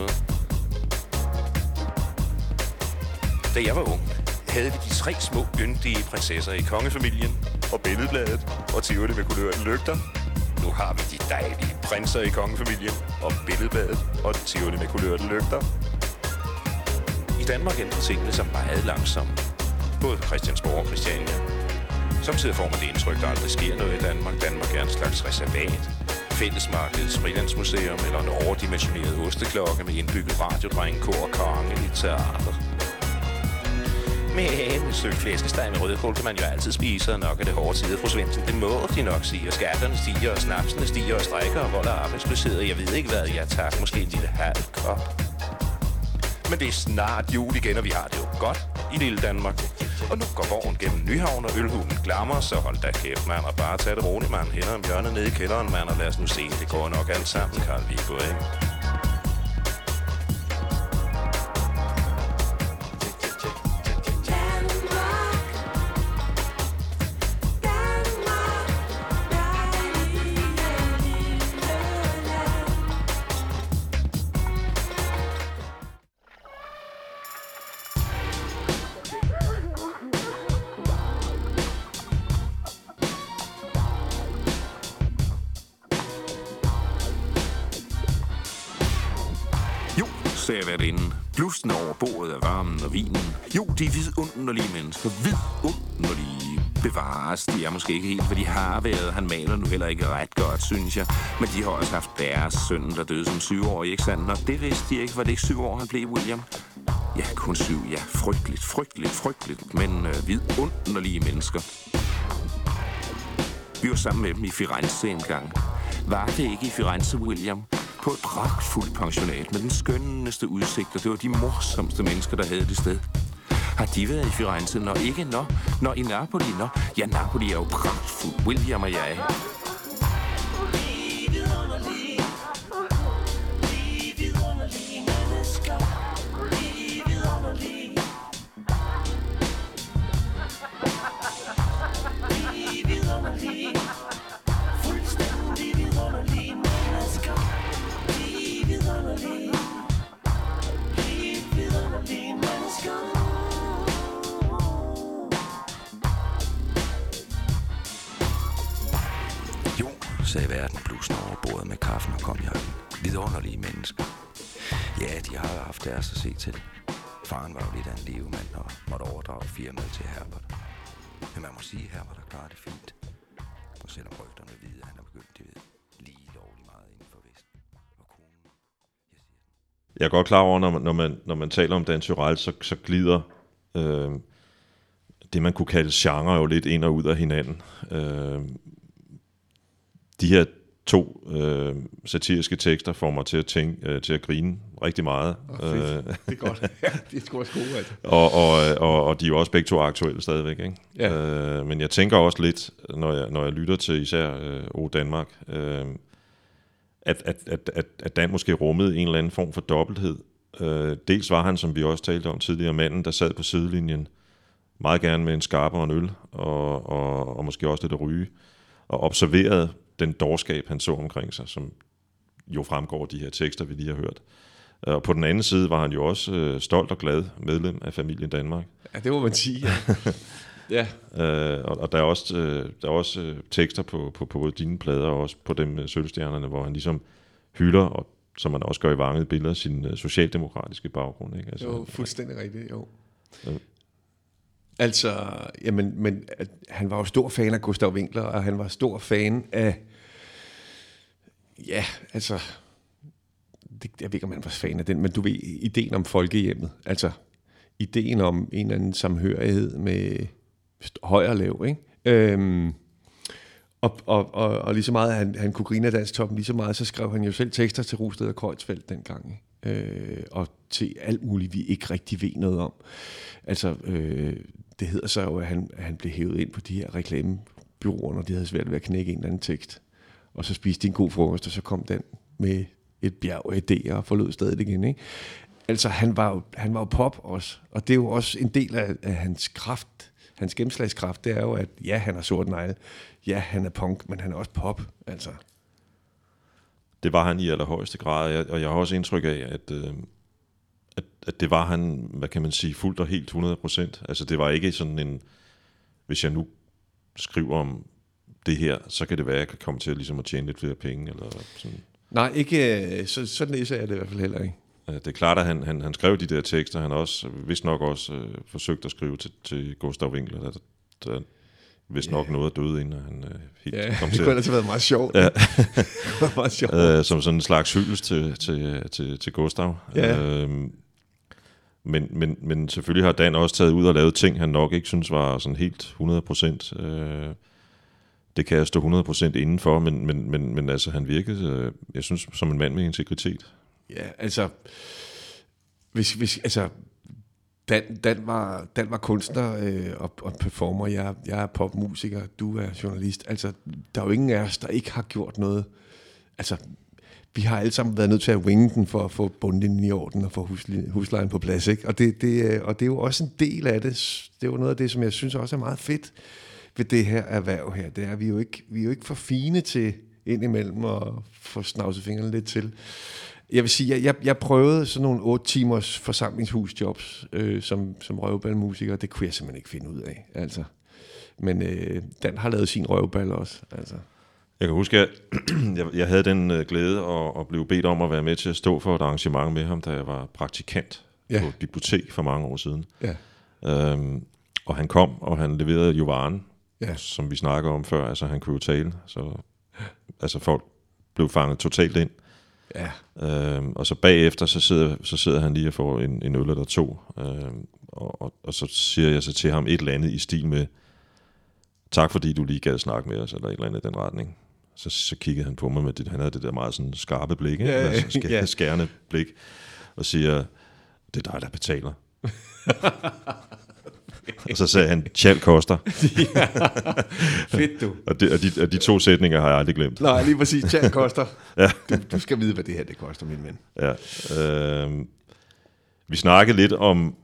Speaker 4: Da jeg var ung, havde vi de 3 små yndige prinsesser i kongefamilien, og Billedbladet, og Tivoli med kulørte lygter. Nu har vi de dejlige prinser i kongefamilien, og Billedbladet, og Tivoli med kulørte lygter. I Danmark ændrer tingene sig meget langsomt. Både Christiansborg og Christiania. Samtidig får man det indtryk, der aldrig sker noget i Danmark. Danmark er en slags reservat. Fællesmarkedets Frilandsmuseum eller en overdimensioneret osteklokke med indbygget radiodrengekor og kongeligt teater. Men et stykke flæskesteg med rødkål kan man jo altid spise, og nok er det hårde tider, fru Svendsen. Det må de nok sige, og skatterne stiger, og snapsene stiger, og strækker, og volder arbejdsløshed. Jeg ved ikke hvad, jeg tager måske en lille halv kop. Men det er snart jul igen, og vi har det jo godt i lille Danmark. Og nu går vognen gennem Nyhavn, og ølhunden glammer, så hold da kæft, mand, og bare tag det roligt, mand. Hænder om hjørnet nede i kælderen, mand, og lad os nu se, det går nok alt sammen, Carl Viggo, ikke? Sagde jeg inden. Blusten over bordet af varmen og vinen. Jo, de er vidunderlige mennesker. Vidunderlige. Bevares. De er måske ikke helt, hvad de har været. Han maler nu heller ikke ret godt, synes jeg. Men de har også haft deres søn, der døde som 7-årig, ikke sandt? Og det vidste de ikke. Var det ikke 7 år, han blev, William? Ja, kun 7. Ja, frygteligt. Men vidunderlige mennesker. Vi var sammen med dem i Firenze engang. Var det ikke i Firenze, William? På et pragtfuldt pensionat med den skønneste udsigt, og det var de morsomste mennesker, der havde det sted. Har de været i Firenze? Når ikke, når i Napoli, Ja, Napoli er jo pragtfuld, William og jeg.
Speaker 5: Sagde verden blusen over bordet med kaffen og konjakken. Vidunderlige mennesker. Ja, de har jo haft deres at se til. Faren var jo lidt af en levemand og måtte overdrage firmaet til Herbert. Men man må sige, at Herbert har klaret det fint. Og selvom rygterne ved, at han er begyndt, det ved, lige lovlig meget inden for Vesten. Og konen,
Speaker 1: jeg er godt klar over, når man taler om Dan Tyrell, så glider det, man kunne kalde genre, jo lidt ind og ud af hinanden. De her 2 satiriske tekster får mig til at tænke, til at grine rigtig meget.
Speaker 2: Det er godt. Ja, det er sgu også gode, altså.
Speaker 1: Og de er jo også begge 2 aktuelle stadigvæk, ikke? Ja. Men jeg tænker også lidt, når jeg lytter til især O Danmark, at Dan måske rummede en eller anden form for dobbelthed. Dels var han, som vi også talte om tidligere, manden, der sad på sidelinjen, meget gerne med en skarpe og en øl, og måske også lidt at ryge, og observerede den dårskab, han så omkring sig, som jo fremgår af de her tekster, vi lige har hørt. Og på den anden side var han jo også stolt og glad medlem af familien Danmark.
Speaker 2: Ja, det må man sige, ja.
Speaker 1: Og der er også tekster på både dine plader og også på dem Sølvstjernerne, hvor han ligesom hylder, og som man også gør i Vanget billeder, sin socialdemokratiske baggrund. Ikke? Altså,
Speaker 2: jo, fuldstændig rigtigt, jo. Ja. Altså, jamen, men han var jo stor fan af Gustav Winckler, og han var stor fan af, ja, altså, jeg ved ikke, om han var fan af den, men du ved, ideen om folkehjemmet, altså, ideen om en eller anden samhørighed med høj og lav, ikke? Og lige så meget, han kunne grine af Dansktoppen, lige så meget, så skrev han jo selv tekster til Rosted og Kreutzfeldt dengang, og til alt muligt, vi ikke rigtig ved noget om. Altså, det hedder så jo, at han blev hævet ind på de her reklamebyråer, når de havde svært ved at knække en eller anden tekst. Og så spiste de en god frokost, og så kom den med et bjerg af idéer og forlod stedet igen, ikke? Altså, han var jo pop også, og det er jo også en del af hans kraft, hans gennemslagskraft, det er jo, at ja, han er sort negle, ja, han er punk, men han er også pop, altså.
Speaker 1: Det var han i allerhøjeste grad, og jeg har også indtryk af, at det var han, hvad kan man sige, fuldt og helt 100%. Altså det var ikke sådan en, hvis jeg nu skriver om det her, så kan det være, at jeg kan komme til ligesom at tjene lidt flere penge, eller sådan.
Speaker 2: Nej, ikke, sådan læser jeg det i hvert fald heller ikke.
Speaker 1: Det er klart, at han skrev de der tekster, han også, vist nok også forsøgte at skrive til Gustav Winckler, der vist nok noget døde, inden han helt kom til.
Speaker 2: Det kunne ellers have været meget sjovt.
Speaker 1: Ja.
Speaker 2: meget sjovt.
Speaker 1: Som sådan en slags hyldest til Gustav.
Speaker 2: Ja.
Speaker 1: Men selvfølgelig har Dan også taget ud og lavet ting, han nok ikke synes var sådan helt 100%. Det kan jeg stå 100% indenfor, men altså han virkede, jeg synes, som en mand med integritet.
Speaker 2: Ja, altså, hvis altså, Dan var kunstner og performer, jeg er popmusiker, du er journalist. Altså, der er jo ingen af os, der ikke har gjort noget. Altså, vi har alle sammen været nødt til at winge den for at få bundlinjen i orden og få huslejen på plads, ikke? Og det er jo også en del af det. Det er jo noget af det, som jeg synes også er meget fedt ved det her erhverv her. Det er, vi er jo ikke for fine til indimellem at få snavset fingrene lidt til. Jeg vil sige, jeg prøvede sådan nogle 8 timers forsamlingshusjobs som røvballmusiker. Det kunne jeg simpelthen ikke finde ud af. Altså. Men Dan har lavet sin røvball også. Altså.
Speaker 1: Jeg kan huske, at jeg havde den glæde at blive bedt om at være med til at stå for et arrangement med ham, da jeg var praktikant på et bibliotek for mange år siden. Ja. Og han kom, og han leverede jo varen, som vi snakker om før. Altså han kunne jo tale, så altså folk blev fanget totalt ind. Ja. Og så bagefter, så sidder han lige og får en øl eller to, og så siger jeg så til ham et eller andet i stil med, tak fordi du lige gad snakke med os, eller et eller andet i den retning. Så kiggede han på mig med det, han havde det der meget sådan skarpe blik, skærende blik, og siger, det er dig, der betaler. Og så sagde han, tjal koster.
Speaker 2: Ja, fedt du.
Speaker 1: Og de 2 sætninger har jeg aldrig glemt.
Speaker 2: Nej, lige præcis, tjal koster. Ja. Du skal vide, hvad det her det koster, min ven.
Speaker 1: Ja. Vi snakkede lidt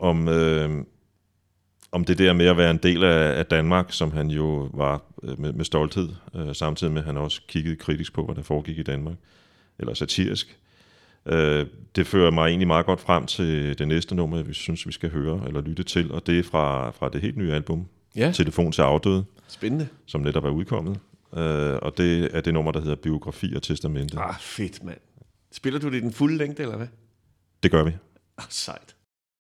Speaker 1: om det der med at være en del af Danmark, som han jo var med stolthed, samtidig med at han også kiggede kritisk på, hvad der foregik i Danmark, eller satirisk. Det fører mig egentlig meget godt frem til det næste nummer, vi synes, vi skal høre eller lytte til, og det er fra det helt nye album, Telefon til afdøde.
Speaker 2: Spændende.
Speaker 1: Som netop er udkommet. Og det er det nummer, der hedder Biografi og Testamente.
Speaker 2: Fedt, mand. Spiller du det i den fulde længde, eller hvad?
Speaker 1: Det gør vi.
Speaker 2: Sejt.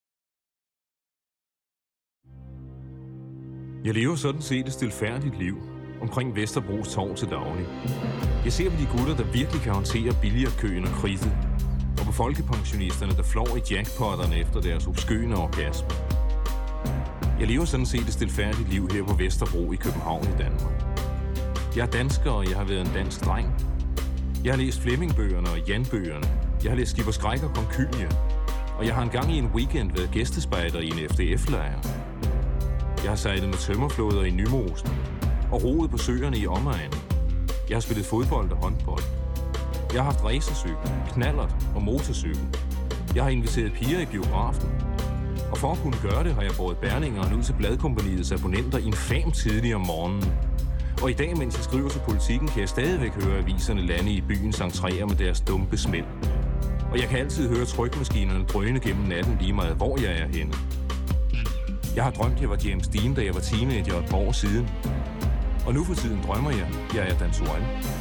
Speaker 3: Jeg lever sådan set et stilfærdigt liv omkring Vesterbros Torv til daglig. Jeg ser på de gutter, der virkelig kan håndtere billiardkøen og kridtet, og på folkepensionisterne, der flår i jackpotterne efter deres obskøne orgasme.
Speaker 4: Jeg lever sådan set et stilfærdigt liv her på Vesterbro i København i Danmark. Jeg er dansker, og jeg har været en dansk dreng. Jeg har læst Flemming-bøgerne og Jan-bøgerne. Jeg har læst Skipper Skræk og Konkylie. Og jeg har engang i en weekend været gæstespejder i en FDF-lejr. Jeg har sejlet med tømmerflåder i Nymosen og roet på søerne i omegnen. Jeg har spillet fodbold og håndbold. Jeg har haft racercykel, knallert og motorcykel. Jeg har inviteret piger i biografen. Og for at kunne gøre det, har jeg båret bærningerne ud til Bladkompagniets abonnenter infam tidlig om morgenen. Og i dag, mens jeg skriver til Politikken, kan jeg stadigvæk høre aviserne lande i byens entréer med deres dumpe smæld. Og jeg kan altid høre trykmaskinerne drøne gennem natten lige meget, hvor jeg er henne. Jeg har drømt, jeg var James Dean, da jeg var teenager et par år siden. Og nu for tiden drømmer jeg er Dan Turell.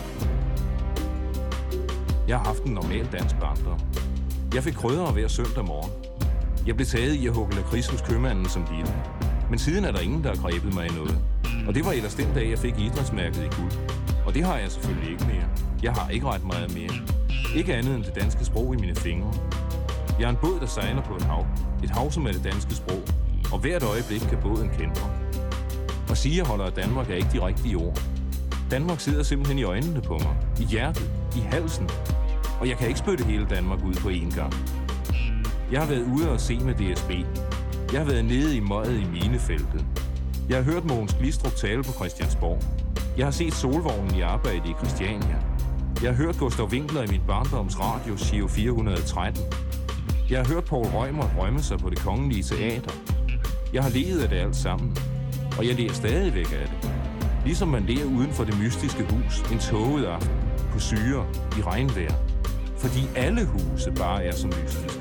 Speaker 4: Jeg har haft en normal dansk barndom. Jeg fik krydder hver søndag morgen. Jeg blev taget i at hugge lakrids hos købmanden som lille. Men siden er der ingen, der har grebet mig i noget. Og det var ellers den dag, jeg fik idrætsmærket i guld. Og det har jeg selvfølgelig ikke mere. Jeg har ikke ret meget mere. Ikke andet end det danske sprog i mine fingre. Jeg er en båd, der sejler på et hav. Et hav, som er det danske sprog. Og hvert øjeblik kan båden kæmpe. Og sige, jeg holder af Danmark, er ikke de rigtige ord. Danmark sidder simpelthen i øjnene på mig. I hjertet. I halsen. Og jeg kan ikke spytte hele Danmark ud på én gang. Jeg har været ude og se med DSB. Jeg har været nede i møget i minefeltet. Jeg har hørt Mogens Glistrup tale på Christiansborg. Jeg har set Solvognen i arbejde i Christiania. Jeg har hørt Gustav Winkler i min barndoms radio, Giro 413. Jeg har hørt Poul Reumert rømme sig på Det Kongelige Teater. Jeg har levet af det alt sammen. Og jeg ler stadigvæk af det. Ligesom man ler uden for det mystiske hus en tåget aften på syre i regnvejr. Fordi alle huse bare er så mystiske.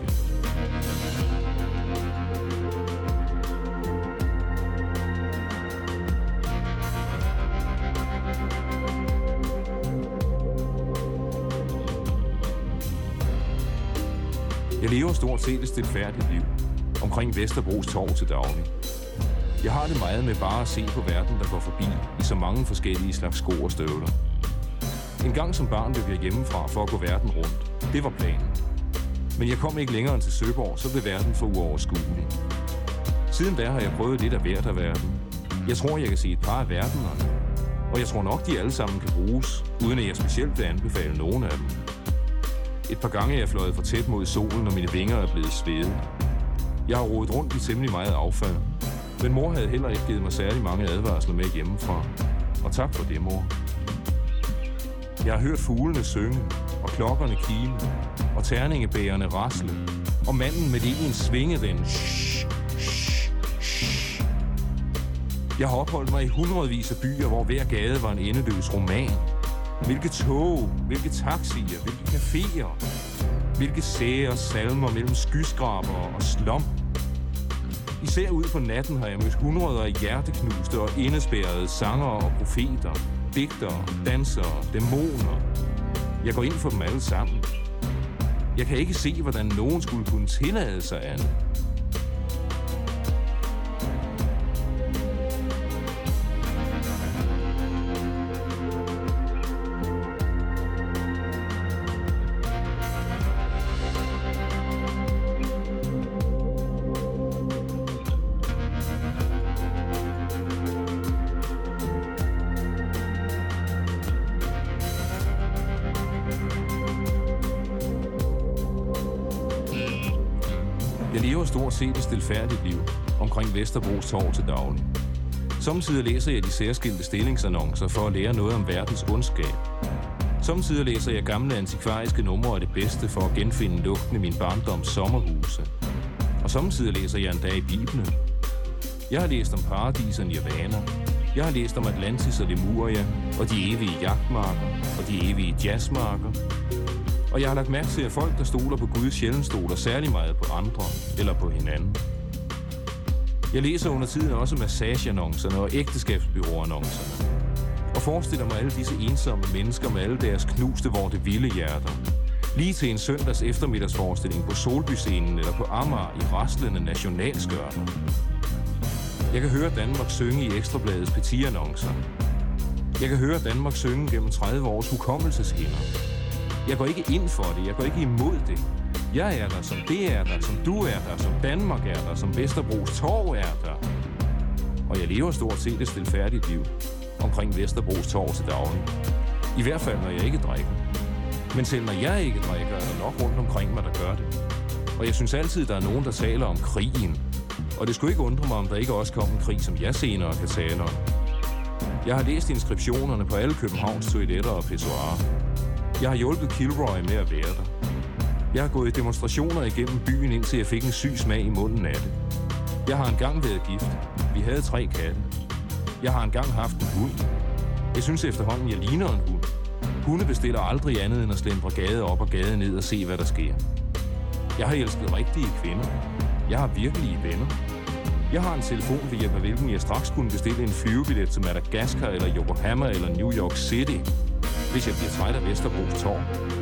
Speaker 4: Jeg lever stort set et stilfærdigt liv omkring Vesterbros torv til daglig. Jeg har det meget med bare at se på verden, der går forbi i så mange forskellige slags sko og støvler. En gang som barn løb jeg hjemmefra for at gå verden rundt. Det var planen. Men jeg kom ikke længere end til Søborg, så blev verden for uoverskuelig. Siden da har jeg prøvet lidt af hvert af verden. Jeg tror, jeg kan se et par af verdenerne. Og jeg tror nok, de alle sammen kan bruges, uden at jeg specielt vil anbefale nogen af dem. Et par gange er jeg fløjet for tæt mod solen, og mine vinger er blevet svede. Jeg har rodet rundt i temmelig meget affald. Men mor havde heller ikke givet mig særlig mange advarsler med hjemmefra. Og tak for det, mor. Jeg har hørt fuglene synge, og klokkerne kime, og terningebærerne rasle, og manden med det en svinge den Jeg har opholdt mig i hundredvis af byer, hvor hver gade var en endeløs roman. Hvilke tog, hvilke taxier, hvilke caféer, hvilke sære salmer mellem skyskrabere og slum. Især ud på natten har jeg mødt hundreder af hjerteknuste og indespærrede sangere og profeter, digtere, dansere, dæmoner. Jeg går ind for dem alle sammen. Jeg kan ikke se, hvordan nogen skulle kunne tillade sig andet. Jeg lever stort set et stilfærdigt liv omkring Vesterbros torv til daglig. Samtidig læser jeg de særskilte stillingsannoncer for at lære noget om verdens ondskab. Samtidig læser jeg gamle antikvariske numre af det bedste for at genfinde lugten i min barndoms sommerhuse. Og samtidig læser jeg en dag i Bibelen. Jeg har læst om paradis og nirvana. Jeg har læst om Atlantis og Lemuria, og de evige jagtmarker, og de evige jazzmarker. Og jeg har lagt mærke til, at folk, der stoler på Gud, sjældent stoler særlig meget på andre eller på hinanden. Jeg læser under tiden også massageannoncerne og ægteskabsbureauannoncerne. Og forestiller mig alle disse ensomme mennesker med alle deres knuste vorte vilde hjerter. Lige til en søndags eftermiddagsforestilling på Solby-scenen eller på Amager i raslende nationalskørter. Jeg kan høre Danmark synge i Ekstrabladets petiannoncer. Jeg kan høre Danmark synge gennem 30 års hukommelseshinder. Jeg går ikke ind for det, jeg går ikke imod det. Jeg er der, som det er der, som du er der, som Danmark er der, som Vesterbros torv er der.
Speaker 3: Og jeg lever stort set et stilfærdigt liv omkring Vesterbros Torv til daglig. I hvert fald, når jeg ikke drikker. Men selv når jeg ikke drikker, er der nok rundt omkring mig, der gør det. Og jeg synes altid, der er nogen, der taler om krigen. Og det skulle ikke undre mig, om der ikke også kom en krig, som jeg senere kan tale om. Jeg har læst inskriptionerne på alle Københavns toiletter og pissoirer. Jeg har hjulpet Kilroy med at være der. Jeg har gået i demonstrationer igennem byen, indtil jeg fik en syg smag i munden af det. Jeg har engang været gift. Vi havde 3 katte. Jeg har engang haft en hund. Jeg synes efterhånden, jeg ligner en hund. Hunde bestiller aldrig andet end at slendre gade op og gade ned og se, hvad der sker. Jeg har elsket rigtige kvinder. Jeg har virkelige venner. Jeg har en telefon, ved hjælp af hvilken jeg straks kunne bestille en flyvebillet til Madagaskar eller Yokohama eller New York City, hvis jeg bliver træt af Vesterbros Torv.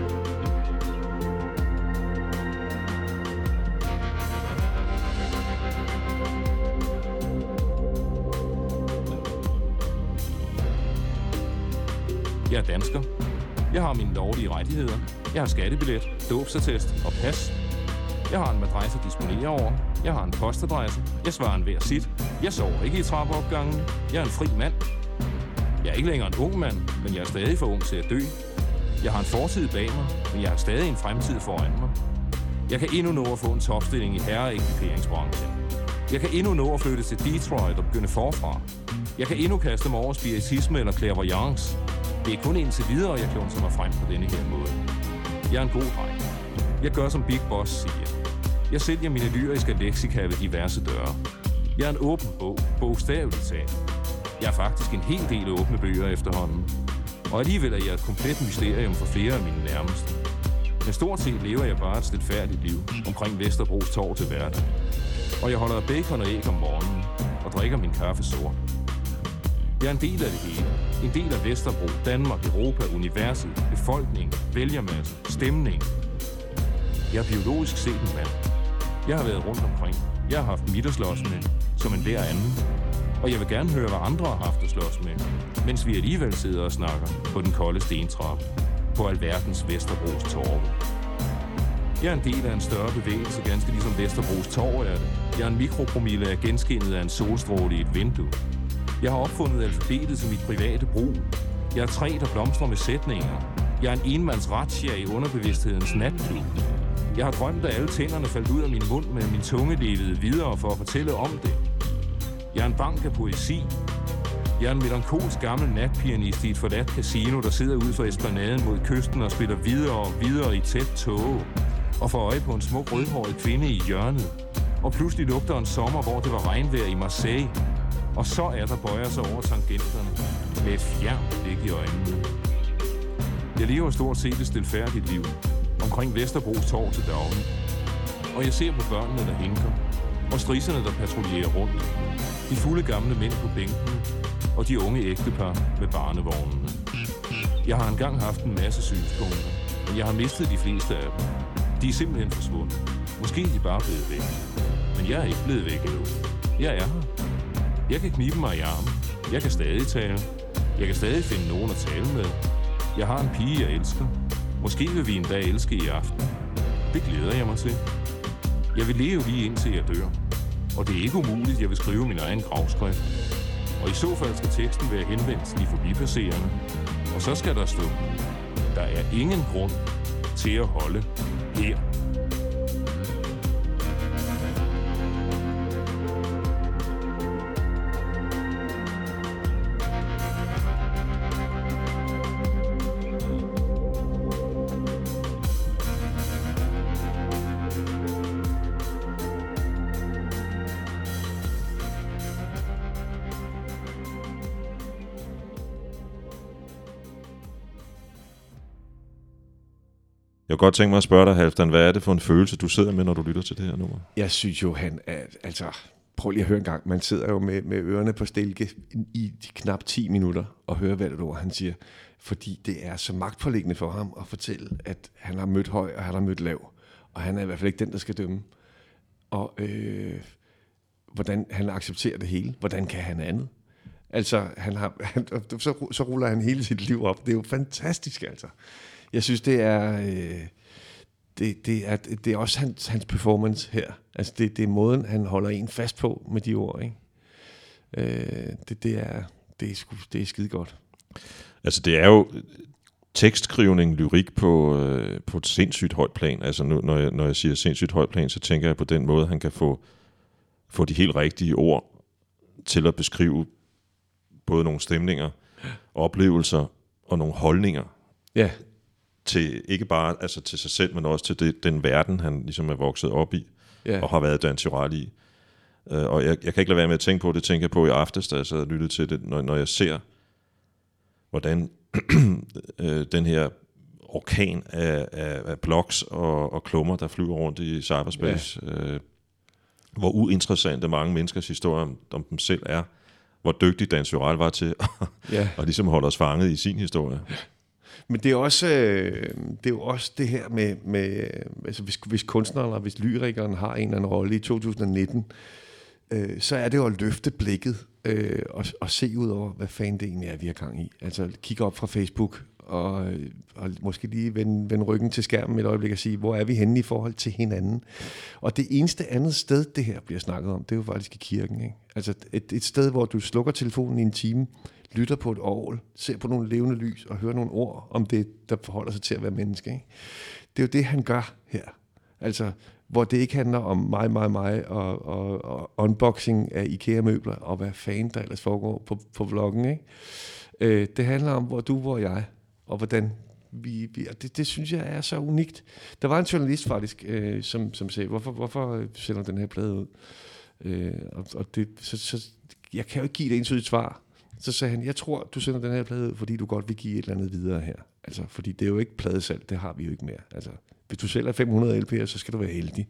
Speaker 3: Jeg er dansker. Jeg har mine lovlige rettigheder. Jeg har skattebillet, dåbsattest og pas. Jeg har en madresse at disponere over. Jeg har en postadresse. Jeg svarer en hver sit. Jeg sover ikke i trappeopgangen. Jeg er en fri mand. Jeg er ikke længere en ung mand, men jeg er stadig for ung til at dø. Jeg har en fortid bag mig, men jeg har stadig en fremtid foran mig. Jeg kan endnu nå at få en topstilling i herreekviperingsbranchen. Jeg kan endnu nå at flytte til Detroit og begynde forfra. Jeg kan endnu kaste mig over spiritisme eller clairvoyance. Det er kun indtil videre, jeg klunser mig frem på denne her måde. Jeg er en god dreng. Jeg gør, som Big Boss siger. Jeg sælger mine lyriske leksika ved diverse døre. Jeg er en åben bog, bogstaveligt talt. Jeg er faktisk en hel del åbne bøger efterhånden. Og alligevel er jeg et komplet mysterium for flere af mine nærmeste. Men stort set lever jeg bare et stilfærdigt liv omkring Vesterbros Torv til hverdag. Og jeg holder af bacon og æg om morgenen og drikker min kaffe sort. Jeg er en del af det hele. En del af Vesterbro, Danmark, Europa, universet, befolkningen, vælgermasse, stemning. Jeg er biologisk set en mand. Jeg har været rundt omkring. Jeg har haft mit at slås med, som en hver anden. Og jeg vil gerne høre, hvad andre har haft at slås med, mens vi alligevel sidder og snakker på den kolde stentrappe på alverdens Vesterbros Torv. Jeg er en del af en større bevægelse, ganske ligesom Vesterbros Torv er det. Jeg er en mikropromille af genskinnet af en solstråle i et vindue. Jeg har opfundet alfabetet til mit private brug. Jeg er træ, der blomstrer med sætninger. Jeg er en enmands razzia i underbevidsthedens natklub. Jeg har drømt, at alle tænderne faldt ud af min mund, men min tunge levede videre for at fortælle om det. Jeg er en bank af poesi. Jeg er en melankolsk gammel natpianist i et forladt casino, der sidder ud for esplanaden mod kysten og spiller videre og videre i tæt tåge. Og får øje på en smuk rødhåret kvinde i hjørnet. Og pludselig lugter en sommer, hvor det var regnvejr i Marseille. Og så er der bøjer sig over tangenterne med et fjernt blik i øjnene. Jeg lever stort set et stilfærdigt liv omkring Vesterbros Torv til daglig. Og jeg ser på børnene, der hinker, og strisserne, der patruljerer rundt. De fulde gamle mænd på bænkene, og de unge ægtepar med barnevognene. Jeg har engang haft en masse synspunkter, men jeg har mistet de fleste af dem. De er simpelthen forsvundet. Måske er de bare blevet væk. Men jeg er ikke blevet væk endnu. Jeg er her. Jeg kan knibe mig i armen. Jeg kan stadig tale. Jeg kan stadig finde nogen at tale med. Jeg har en pige, jeg elsker. Måske vil vi en dag elske i aften. Det glæder jeg mig til. Jeg vil leve lige indtil jeg dør. Og det er ikke umuligt, jeg vil skrive min egen gravskrift. Og i så fald skal teksten være henvendt til de forbipasserende. Og så skal der stå: der er ingen grund til at holde her.
Speaker 1: Jeg kunne godt tænke mig at spørge dig, Halfdan, hvad er det for en følelse, du sidder med, når du lytter til det her nummer?
Speaker 2: Jeg synes jo, han er, altså, prøv lige at høre en gang. Man sidder jo med ørerne på stilke i de knap 10 minutter og hører, hvad det ord han siger. Fordi det er så magtpåliggende for ham at fortælle, at han har mødt høj, og han har mødt lav. Og han er i hvert fald ikke den, der skal dømme. Og hvordan han accepterer det hele. Hvordan kan han andet? Altså, så ruller han hele sit liv op. Det er jo fantastisk, altså. Jeg synes, det er også hans performance her. Altså, det er måden, han holder en fast på med de ord, ikke? Det er skide godt.
Speaker 1: Altså det er jo tekstskrivning, lyrik på et sindssygt højt plan. Altså nu, når jeg siger sindssygt højt plan, så tænker jeg på den måde, han kan få de helt rigtige ord til at beskrive både nogle stemninger, oplevelser og nogle holdninger.
Speaker 2: Ja.
Speaker 1: Til ikke bare altså til sig selv, men også til den verden, han ligesom er vokset op i, og har været Dan Turèll i. Og jeg kan ikke lade være med at tænke på det, tænker jeg på i aftes, da jeg sad og lyttede til det, når jeg ser, hvordan den her orkan af blogs og klummer, der flyver rundt i cyberspace, hvor uinteressante mange menneskers historier om dem selv er, hvor dygtig Dan Turèll var til at ligesom holde os fanget i sin historie.
Speaker 2: Men det er jo også det her med altså hvis kunstneren eller hvis lyrikeren har en eller anden rolle i 2019, så er det jo at løfte blikket og se ud over, hvad fanden det egentlig er, vi har gang i. Altså kigge op fra Facebook og måske lige vende ryggen til skærmen et øjeblik og sige, hvor er vi henne i forhold til hinanden. Og det eneste andet sted, det her bliver snakket om, det er jo faktisk i kirken. Ikke? Altså et sted, hvor du slukker telefonen i en time, lytter på et orgel, ser på nogle levende lys og hører nogle ord om det, der forholder sig til at være menneske. Ikke? Det er jo det, han gør her. Altså, hvor det ikke handler om mig og unboxing af IKEA-møbler og hvad fanden der ellers foregår på vloggen. Ikke? Det handler om, hvor jeg, og hvordan vi det synes jeg er så unikt. Der var en journalist faktisk, som sagde, hvorfor sender den her plade ud? Og det, så jeg kan jo ikke give et entydigt svar. Så sagde han, jeg tror, du sender den her plade ud, fordi du godt vil give et eller andet videre her. Altså, fordi det er jo ikke pladesalg, det har vi jo ikke mere. Altså, hvis du sælger 500 LP'er, så skal du være heldig.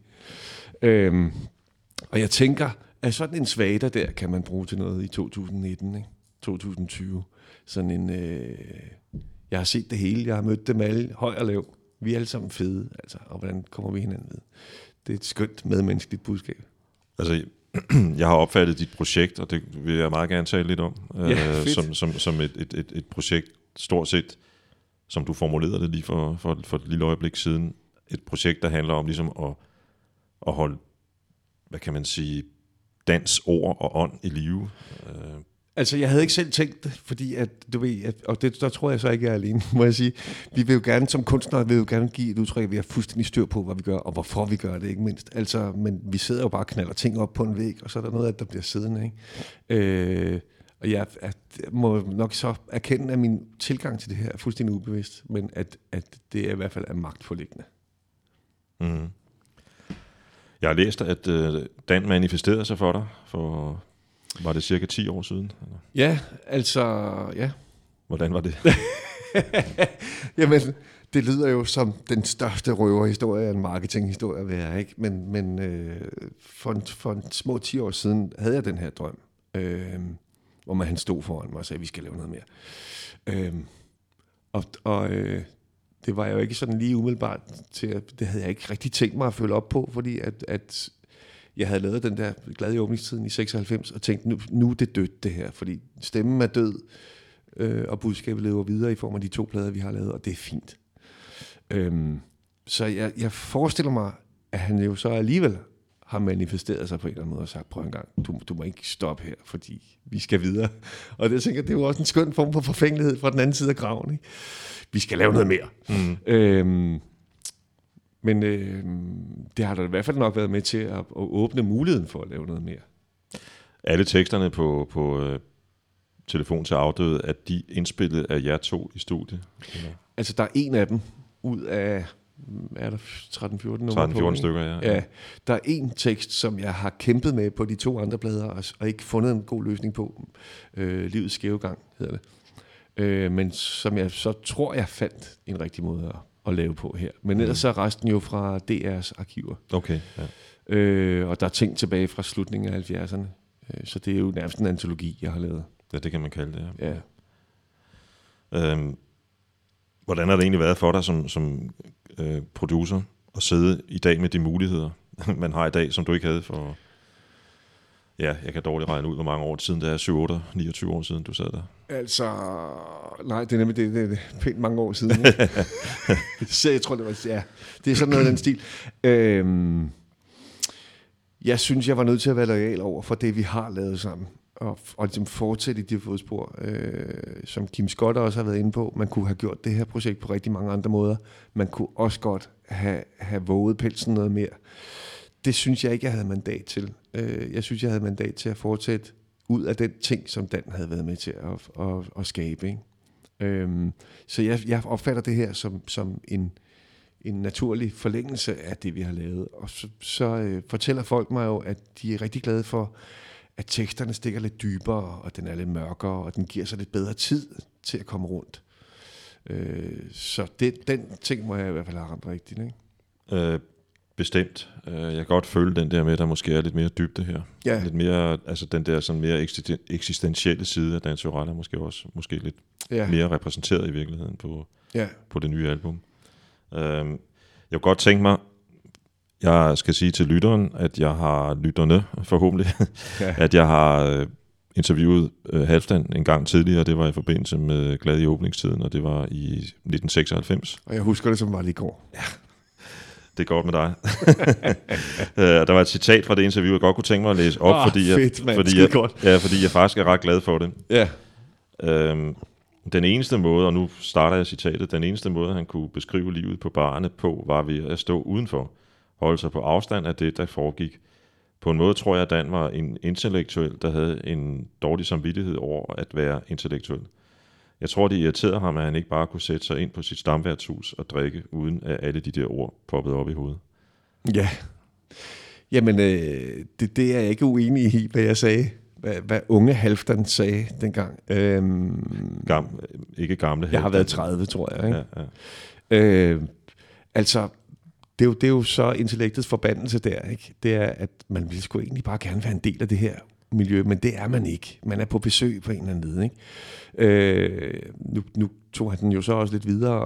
Speaker 2: Og jeg tænker, at sådan en svater der kan man bruge til noget i 2019, ikke? 2020. Sådan en, jeg har set det hele, jeg har mødt dem alle, høj og lav. Vi er alle sammen fede, altså, og hvordan kommer vi hinanden ved? Det er et skønt medmenneskeligt budskab.
Speaker 1: Altså, jeg har opfattet dit projekt, og det vil jeg meget gerne tale lidt om, som et projekt, stort set, som du formulerede det lige for et lille øjeblik siden, et projekt, der handler om ligesom at holde, hvad kan man sige, dans, ord og ånd i live.
Speaker 2: Altså, jeg havde ikke selv tænkt det, fordi at, du ved, og det, der tror jeg så ikke, jeg er alene, må jeg sige. Vi vil jo gerne, som kunstnere, vil jo gerne give et udtryk, at vi har fuldstændig styr på, hvad vi gør, og hvorfor vi gør det, ikke mindst. Altså, men vi sidder jo bare og knalder ting op på en væg, og så er der noget af det, der bliver siddende, ikke? Og jeg må nok så erkende, at min tilgang til det her er fuldstændig ubevidst, men at det er i hvert fald er magtforliggende.
Speaker 1: Mm. Jeg har læst, at Dan manifesterede sig for dig for... Var det cirka 10 år siden? Eller?
Speaker 2: Ja, altså, ja. Hvordan
Speaker 1: var det?
Speaker 2: Jamen, det lyder jo som den største røverhistorie, en marketinghistorie at være, ikke? Men for små 10 år siden havde jeg den her drøm, hvor han stod foran mig og sagde, at vi skal lave noget mere. Det var jo ikke sådan lige umiddelbart til at, det havde jeg ikke rigtig tænkt mig at følge op på, fordi at jeg havde lavet den der Glad i åbningstiden i 96, og tænkte, nu er det dødt det her, fordi stemmen er død, og budskabet lever videre i form af de 2 plader, vi har lavet, og det er fint. Så jeg forestiller mig, at han jo så alligevel har manifesteret sig på en eller anden måde og sagt, prøv en gang, du må ikke stoppe her, fordi vi skal videre. Og det tænker jeg, det er jo også en skøn form for forfængelighed fra den anden side af graven, ikke? Vi skal lave noget mere. Men det har da i hvert fald nok været med til at åbne muligheden for at lave noget mere.
Speaker 1: Alle teksterne på Telefon til afdøde, er de indspillet af jer 2 i studiet? Eller?
Speaker 2: Altså, der er en af dem ud af, er der 13-14 numre
Speaker 1: 13-14 stykker, ja.
Speaker 2: Der er en tekst, som jeg har kæmpet med på de 2 andre plader, og ikke fundet en god løsning på. Livets skæve gang hedder det. Men som jeg så tror, jeg fandt en rigtig måde at lave på her. Men ellers så er resten jo fra DR's arkiver.
Speaker 1: Okay, ja.
Speaker 2: Og der er ting tilbage fra slutningen af 70'erne. Så det er jo nærmest en antologi, jeg har lavet.
Speaker 1: Ja, det kan man kalde det,
Speaker 2: ja.
Speaker 1: Hvordan har det egentlig været for dig som producer at sidde i dag med de muligheder, man har i dag, som du ikke havde for... Ja, jeg kan dårligt regne ud, hvor mange år siden det er, 7, 8, 29 år siden, du sad der.
Speaker 2: Altså, nej, det er nemlig det er pænt mange år siden. Så jeg tror, det var, ja, det er sådan noget af den stil. Jeg synes, jeg var nødt til at være loyal over for det, vi har lavet sammen. og ligesom fortsætte i de fodspor, som Kim Scott også har været inde på. Man kunne have gjort det her projekt på rigtig mange andre måder. Man kunne også godt have våget pelsen noget mere. Det synes jeg ikke, jeg havde mandat til. Jeg synes, jeg havde mandat til at fortsætte ud af den ting, som Dan havde været med til at skabe. Ikke? Så jeg opfatter det her som en naturlig forlængelse af det, vi har lavet. Og så fortæller folk mig jo, at de er rigtig glade for, at teksterne stikker lidt dybere, og den er lidt mørkere, og den giver sig lidt bedre tid til at komme rundt. Så den ting må jeg i hvert fald have ramt rigtigt, ikke?
Speaker 1: Bestemt. Jeg kan godt føle den der med, at der måske er lidt mere dybde her.
Speaker 2: Ja.
Speaker 1: Lidt mere, altså den der sådan mere eksistentielle side af Dan Tyrell er måske lidt mere repræsenteret i virkeligheden på det nye album. Jeg kunne godt tænke mig, jeg skal sige til lytterne, at jeg har lytterne forhåbentlig, at jeg har interviewet Halfdan en gang tidligere. Det var i forbindelse med Glad i åbningstiden, og det var i 1996.
Speaker 2: Og jeg husker det, som var lige i går.
Speaker 1: Ja. Det er godt med dig. Der var et citat fra det interview, jeg godt kunne tænke mig at læse op, fordi jeg faktisk er ret glad for det.
Speaker 2: Ja.
Speaker 1: Den eneste måde, og nu starter jeg citatet, den eneste måde, han kunne beskrive livet på barerne på, var ved at stå udenfor, holde sig på afstand af det, der foregik. På en måde tror jeg, at Dan var en intellektuel, der havde en dårlig samvittighed over at være intellektuel. Jeg tror, det irriterede ham, at han ikke bare kunne sætte sig ind på sit stamværtshus og drikke, uden at alle de der ord poppede op i hovedet.
Speaker 2: Ja. Jamen, det er jeg ikke uenig i, hvad jeg sagde. Hvad unge Halfdan sagde dengang.
Speaker 1: Ikke gamle Halfdan.
Speaker 2: Jeg har været 30, tror jeg. Ikke?
Speaker 1: Ja.
Speaker 2: Altså, det er jo så intellektets forbandelse der, ikke? Det er, at man ville sgu egentlig bare gerne være en del af det her miljø, men det er man ikke. Man er på besøg på en eller anden led, ikke? Nu tog han den jo så også lidt videre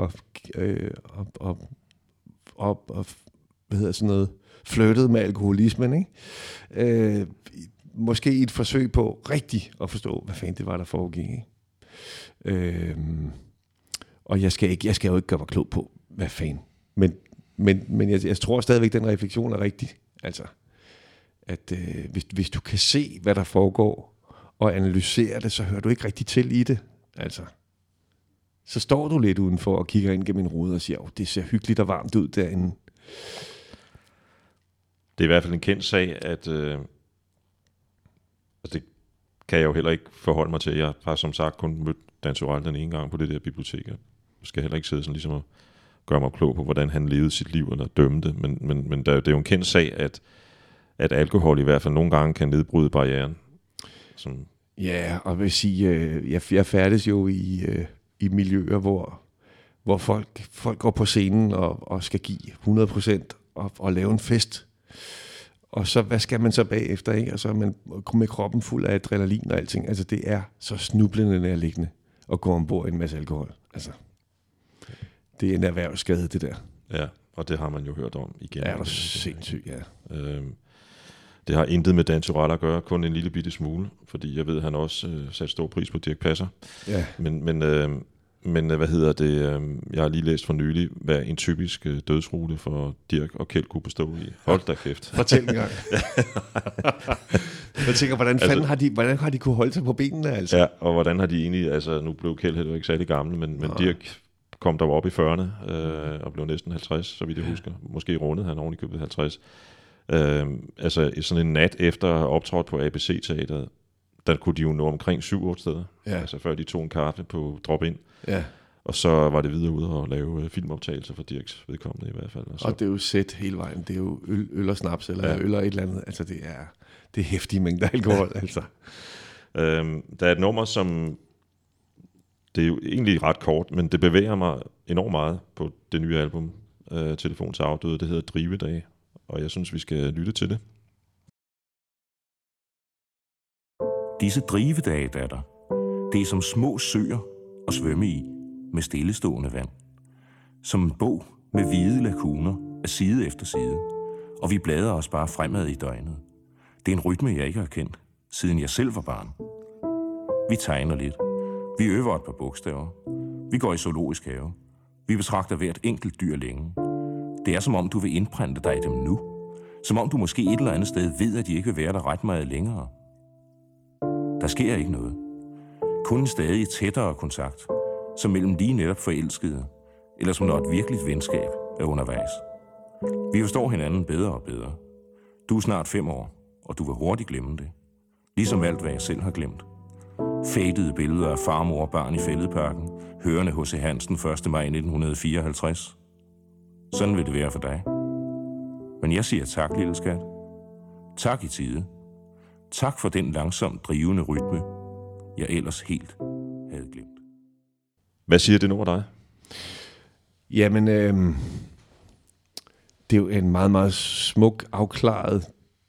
Speaker 2: og hvad hedder sådan noget, flirtede med alkoholismen, ikke? Måske i et forsøg på rigtig at forstå, hvad fanden det var, der foregik, ikke? Og jeg skal jo ikke gøre mig klog på, hvad fanden. Men jeg tror stadigvæk, den refleksion er rigtig. Altså, at hvis du kan se, hvad der foregår, og analysere det, så hører du ikke rigtig til i det. Altså, så står du lidt udenfor og kigger ind gennem en rude og siger, det ser hyggeligt og varmt ud derinde.
Speaker 1: Det er i hvert fald en kendt sag, at det kan jeg jo heller ikke forholde mig til. Jeg har som sagt kun mødt Dan Tyrell den ene gang på det der bibliotek. Jeg skal heller ikke sidde sådan ligesom at gøre mig klog på, hvordan han levede sit liv eller dømte. Men det er jo en kendt sag, at alkohol i hvert fald nogle gange kan nedbryde barrieren.
Speaker 2: Ja, og jeg vil sige, jeg færdes jo i miljøer, hvor folk går på scenen og skal give 100% og lave en fest. Og så, hvad skal man så bagefter, ikke? Og så er man med kroppen fuld af adrenalin og alting. Altså, det er så snublende nærliggende at gå ombord i en masse alkohol. Altså, det er en erhvervsskade, det der.
Speaker 1: Ja, og det har man jo hørt om igen.
Speaker 2: Ja, det er sindssygt, ja.
Speaker 1: Det har intet med Dan Tyrell at gøre, kun en lille bitte smule, fordi jeg ved, at han også satte stor pris på Dirch Passer.
Speaker 2: Ja.
Speaker 1: Men hvad hedder det? Jeg har lige læst for nylig, hvad en typisk dødsrute for Dirch og Kjeld kunne bestå i. Hold da kæft.
Speaker 2: Fortæl en gang. Jeg tænker, hvordan har de kunne holde sig på benene? Altså?
Speaker 1: Ja, og hvordan har de egentlig, altså nu blev Kjeld heller ikke særlig gammel, men Dirch kom der op i 40'erne og blev næsten 50, så vidt jeg husker. Måske rundede han oven i købet 50. Altså sådan en nat efter optrådt på ABC-teateret, der kunne de jo nå omkring 7-8 steder, altså før de tog en kaffe på drop-in.
Speaker 2: Ja. Og
Speaker 1: så var det videre ude og lave filmoptagelser for Dirchs vedkommende i hvert fald.
Speaker 2: Og det er jo sæt hele vejen. Det er jo øl og snaps, eller øl og et eller andet. Altså det er heftige mængder alkohol, altså.
Speaker 1: Der er et nummer, som det er jo egentlig ret kort, men det bevæger mig enormt meget på det nye album, Telefon til afdøde. Det hedder Drivedage, og jeg synes, vi skal lytte til det.
Speaker 4: Disse drivedage, datter, det er som små søer at svømme i med stillestående vand. Som en bog med hvide lakuner af side efter side, og vi bladrer os bare fremad i døgnet. Det er en rytme, jeg ikke har kendt, siden jeg selv var barn. Vi tegner lidt. Vi øver et par bogstaver. Vi går i zoologisk have. Vi betragter hvert enkelt dyr længe. Det er som om, du vil indprinte dig i dem nu. Som om du måske et eller andet sted ved, at de ikke vil være der ret meget længere. Der Der sker ikke noget. Kun en stadig tættere kontakt, som mellem lige netop forelskede, eller som når et virkeligt venskab er undervejs. Vi forstår hinanden bedre og bedre. Du er snart 5 år, og du vil hurtigt glemme det. Ligesom alt, hvad jeg selv har glemt. Fadede billeder af farmor og barn i Fælledparken, hørende H.C. Hansen 1. maj 1954. Sådan vil det være for dig. Men jeg siger tak, lille skat. Tak i tide. Tak for den langsomt drivende rytme, jeg ellers helt havde glemt.
Speaker 1: Hvad siger det nu af dig?
Speaker 2: Jamen, det er jo en meget, meget smuk, afklaret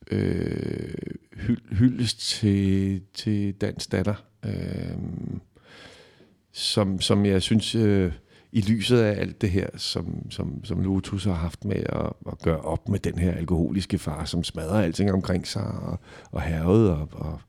Speaker 2: hyldest til Dans datter, som jeg synes, i lyset af alt det her, som Lotus har haft med at gøre op med den her alkoholiske far, som smadrer alting omkring sig, og hærgede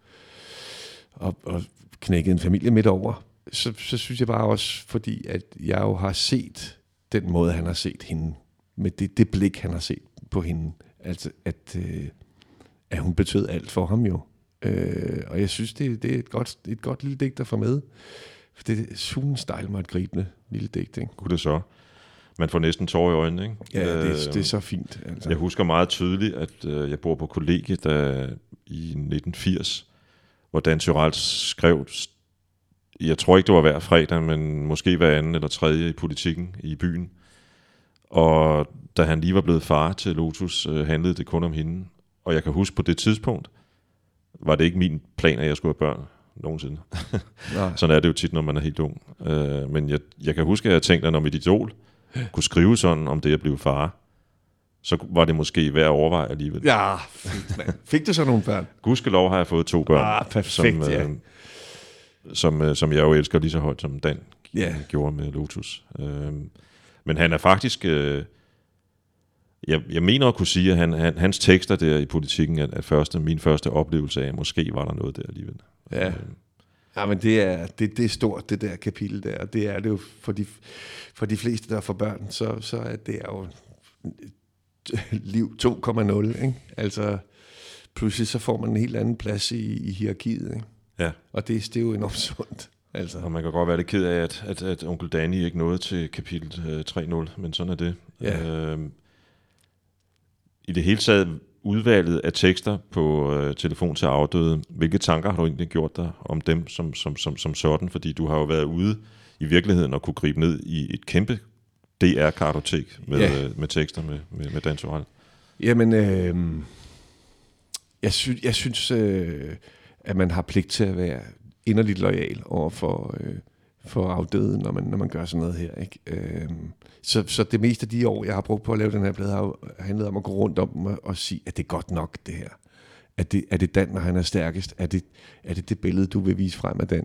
Speaker 2: og knækkede en familie midt over, så synes jeg bare også, fordi at jeg jo har set den måde, han har set hende, med det blik, han har set på hende, altså at hun betød alt for ham jo. Og jeg synes, det er et godt lille digt at få med. For det er sugen style mig et gribende lille digt, ikke?
Speaker 1: Kunne det så? Man får næsten tårer i øjnene, ikke?
Speaker 2: Ja, det er så fint. Altså.
Speaker 1: Jeg husker meget tydeligt, at jeg bor på kollegiet i 1980, hvor Dan Tyrell skrev, jeg tror ikke, det var hver fredag, men måske hver anden eller tredje i Politikken i byen. Og da han lige var blevet far til Lotus, handlede det kun om hende. Og jeg kan huske, på det tidspunkt, var det ikke min plan, at jeg skulle have børn nogensinde. Sådan er det jo tit, når man er helt ung. Men jeg kan huske, at jeg tænkte, at når mit idol kunne skrive sådan om det at blive far, så var det måske værd at overveje alligevel.
Speaker 2: Ja, fint, man. Fik du så nogle børn?
Speaker 1: Gudskelov har jeg fået 2 børn.
Speaker 2: Perfekt,
Speaker 1: som jeg jo elsker lige så højt, som Dan gjorde med Lotus. Men han er faktisk... Jeg mener at kunne sige, at hans tekster der i Politikken er min første oplevelse af, måske var der noget der alligevel.
Speaker 2: Ja. Ja, men det er stort, det der kapitel der, og det er det jo for de fleste, der får børn, så er det jo liv 2,0, ikke? Altså, pludselig så får man en helt anden plads i hierarkiet, ikke? Ja. Og det er jo enormt sundt. Altså.
Speaker 1: Og man kan godt være lidt ked af, at onkel Danny ikke nåede til kapitel 3.0, men sådan er det. Ja. I det hele taget udvalget af tekster på telefon til afdøde, hvilke tanker har du egentlig gjort dig om dem som sådan? Fordi du har jo været ude i virkeligheden og kunne gribe ned i et kæmpe DR-kartotek med tekster med Dan Tyrell.
Speaker 2: Jamen, jeg synes at man har pligt til at være inderligt loyal over for afdøde, når man gør sådan noget her, ikke? Så det meste af de år, jeg har brugt på at lave den her plade, har handlet om at gå rundt om og sige, at det er godt nok, det her. Er det Dan, når han er stærkest? Er det billede, du vil vise frem af Dan?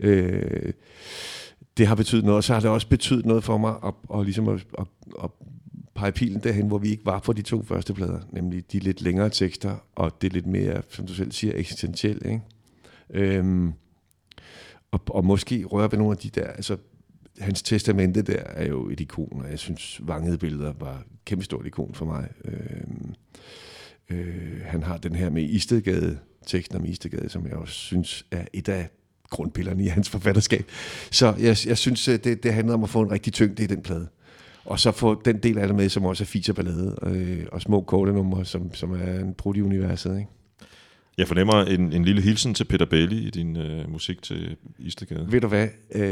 Speaker 2: Det har betydet noget, og så har det også betydet noget for mig at pege pilen derhen, hvor vi ikke var på de 2 første plader, nemlig de lidt længere tekster, og det lidt mere, som du selv siger, eksistentielt, ikke? Og måske røre ved nogle af de der, altså hans testamente der er jo et ikon, og jeg synes Vangede billeder var et kæmpestort ikon for mig. Han har den her med Istedgade, teksten om Istedgade, som jeg også synes er et af grundpillerne i hans forfatterskab. Så jeg synes, det handler om at få en rigtig tyngde i den plade. Og så få den del af det med, som også er fis og ballade, og små korte numre, som er en brud i universet, ikke?
Speaker 1: Jeg fornemmer en lille hilsen til Peter Belli i din musik til Istedgade.
Speaker 2: Ved du hvad?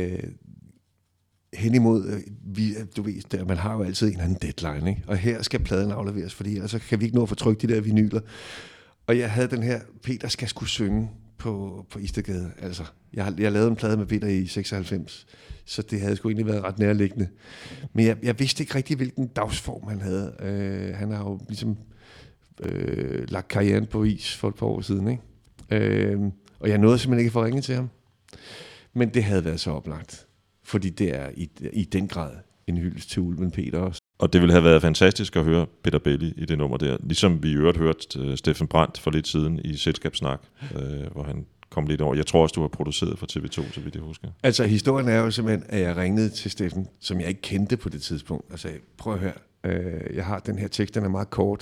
Speaker 2: Hen imod, du ved, der, man har jo altid en eller anden deadline, ikke? Og her skal pladen afleveres, fordi ellers kan vi ikke nå at få trykt de der vinyler. Og jeg havde den her, Peter skal skulle synge på Istedgade. Altså, jeg lavede en plade med Peter i 96, så det havde sgu egentlig været ret nærliggende. Men jeg vidste ikke rigtig, hvilken dagsform han havde. Han har jo ligesom lagt karrieren på is for et par år siden, ikke? Og jeg nåede simpelthen ikke at få ringet til ham. Men det havde været så oplagt. Fordi det er i den grad en hyldest til Ulven Peter også.
Speaker 1: Og det ville have været fantastisk at høre Peter Belli i det nummer der. Ligesom vi i øvrigt hørte Steffen Brandt for lidt siden i Selskabssnak, hvor han kom lidt over. Jeg tror også, du har produceret for TV2, så vidt jeg husker.
Speaker 2: Altså, historien er jo simpelthen, at jeg ringede til Steffen, som jeg ikke kendte på det tidspunkt, og sagde, prøv at høre, jeg har den her tekst, den er meget kort,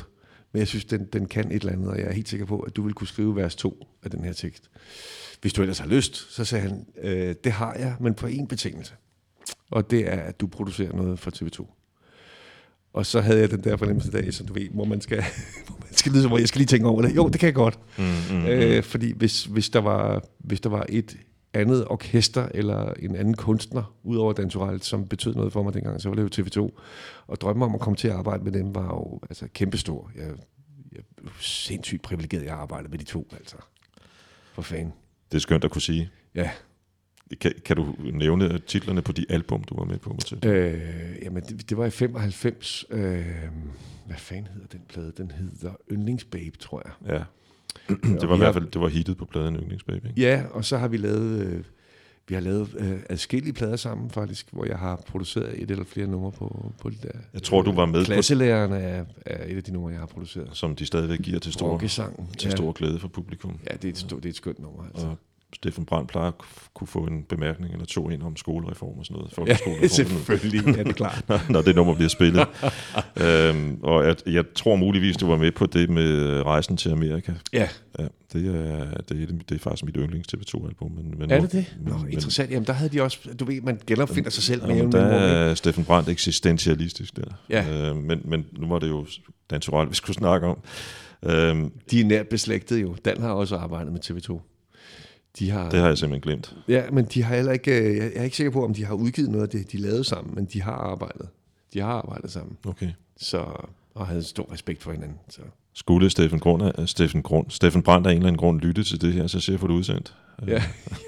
Speaker 2: Men jeg synes, den kan et eller andet, og jeg er helt sikker på, at du vil kunne skrive vers 2 af den her tekst. Hvis du ellers har lyst, så sagde han, det har jeg, men på en betingelse. Og det er, at du producerer noget for TV2. Og så havde jeg den der fornemmelse dag, så du ved, hvor man skal lyde, hvor jeg skal lige tænke over det. Jo, det kan jeg godt. Fordi hvis der var et andet orkester eller en anden kunstner, udover Dan Turèll, som betød noget for mig dengang, så var det jo TV2. Og drømmen om at komme til at arbejde med dem var jo altså kæmpestor. Jeg er sindssygt privilegeret, jeg har arbejdet med de to, altså. For fanden.
Speaker 1: Det er skønt at kunne sige.
Speaker 2: Ja.
Speaker 1: Kan du nævne titlerne på de album, du var med på?
Speaker 2: Jamen, det var i 95. Hvad fanden hedder den plade? Den hedder Yndlingsbabe, tror jeg.
Speaker 1: Ja. Det var i hvert fald det var hittet på pladen Yndlingsbabe, ikke?
Speaker 2: Ja, og så har vi lavet adskillige plader sammen faktisk, hvor jeg har produceret et eller flere numre på det der.
Speaker 1: Jeg tror, du var med
Speaker 2: Klasselærerne er et af de numre, jeg har produceret.
Speaker 1: Som de stadigvæk giver til stor glæde for publikum.
Speaker 2: Ja, det er et skønt nummer. Altså.
Speaker 1: Og Steffen Brandt plejer at kunne få en bemærkning eller to ind om skolereform og sådan noget.
Speaker 2: Ja, selvfølgelig. Ja, det er klart.
Speaker 1: når det nummer bliver spillet. Og jeg tror muligvis, du var med på det med Rejsen til Amerika.
Speaker 2: Ja.
Speaker 1: Det er faktisk mit yndlings TV2-album. Men
Speaker 2: er det? Interessant. Jamen, der havde de også, du ved, man genopfinder sig selv.
Speaker 1: Der er Steffen Brandt eksistentialistisk der.
Speaker 2: Ja.
Speaker 1: Men nu var det jo Dan Turèll, vi skulle snakke om.
Speaker 2: De er nært beslægtet jo. Dan har også arbejdet med TV2.
Speaker 1: Det har jeg simpelthen glemt.
Speaker 2: Ja, men de har heller ikke, jeg er ikke sikker på, om de har udgivet noget af det, de lavede sammen, men de har arbejdet. De har arbejdet sammen.
Speaker 1: Okay.
Speaker 2: Og havde stor respekt for hinanden. Så.
Speaker 1: Skulle Steffen Brandt af en eller anden grund lytte til det her, så ser jeg få det udsendt.
Speaker 2: Ja.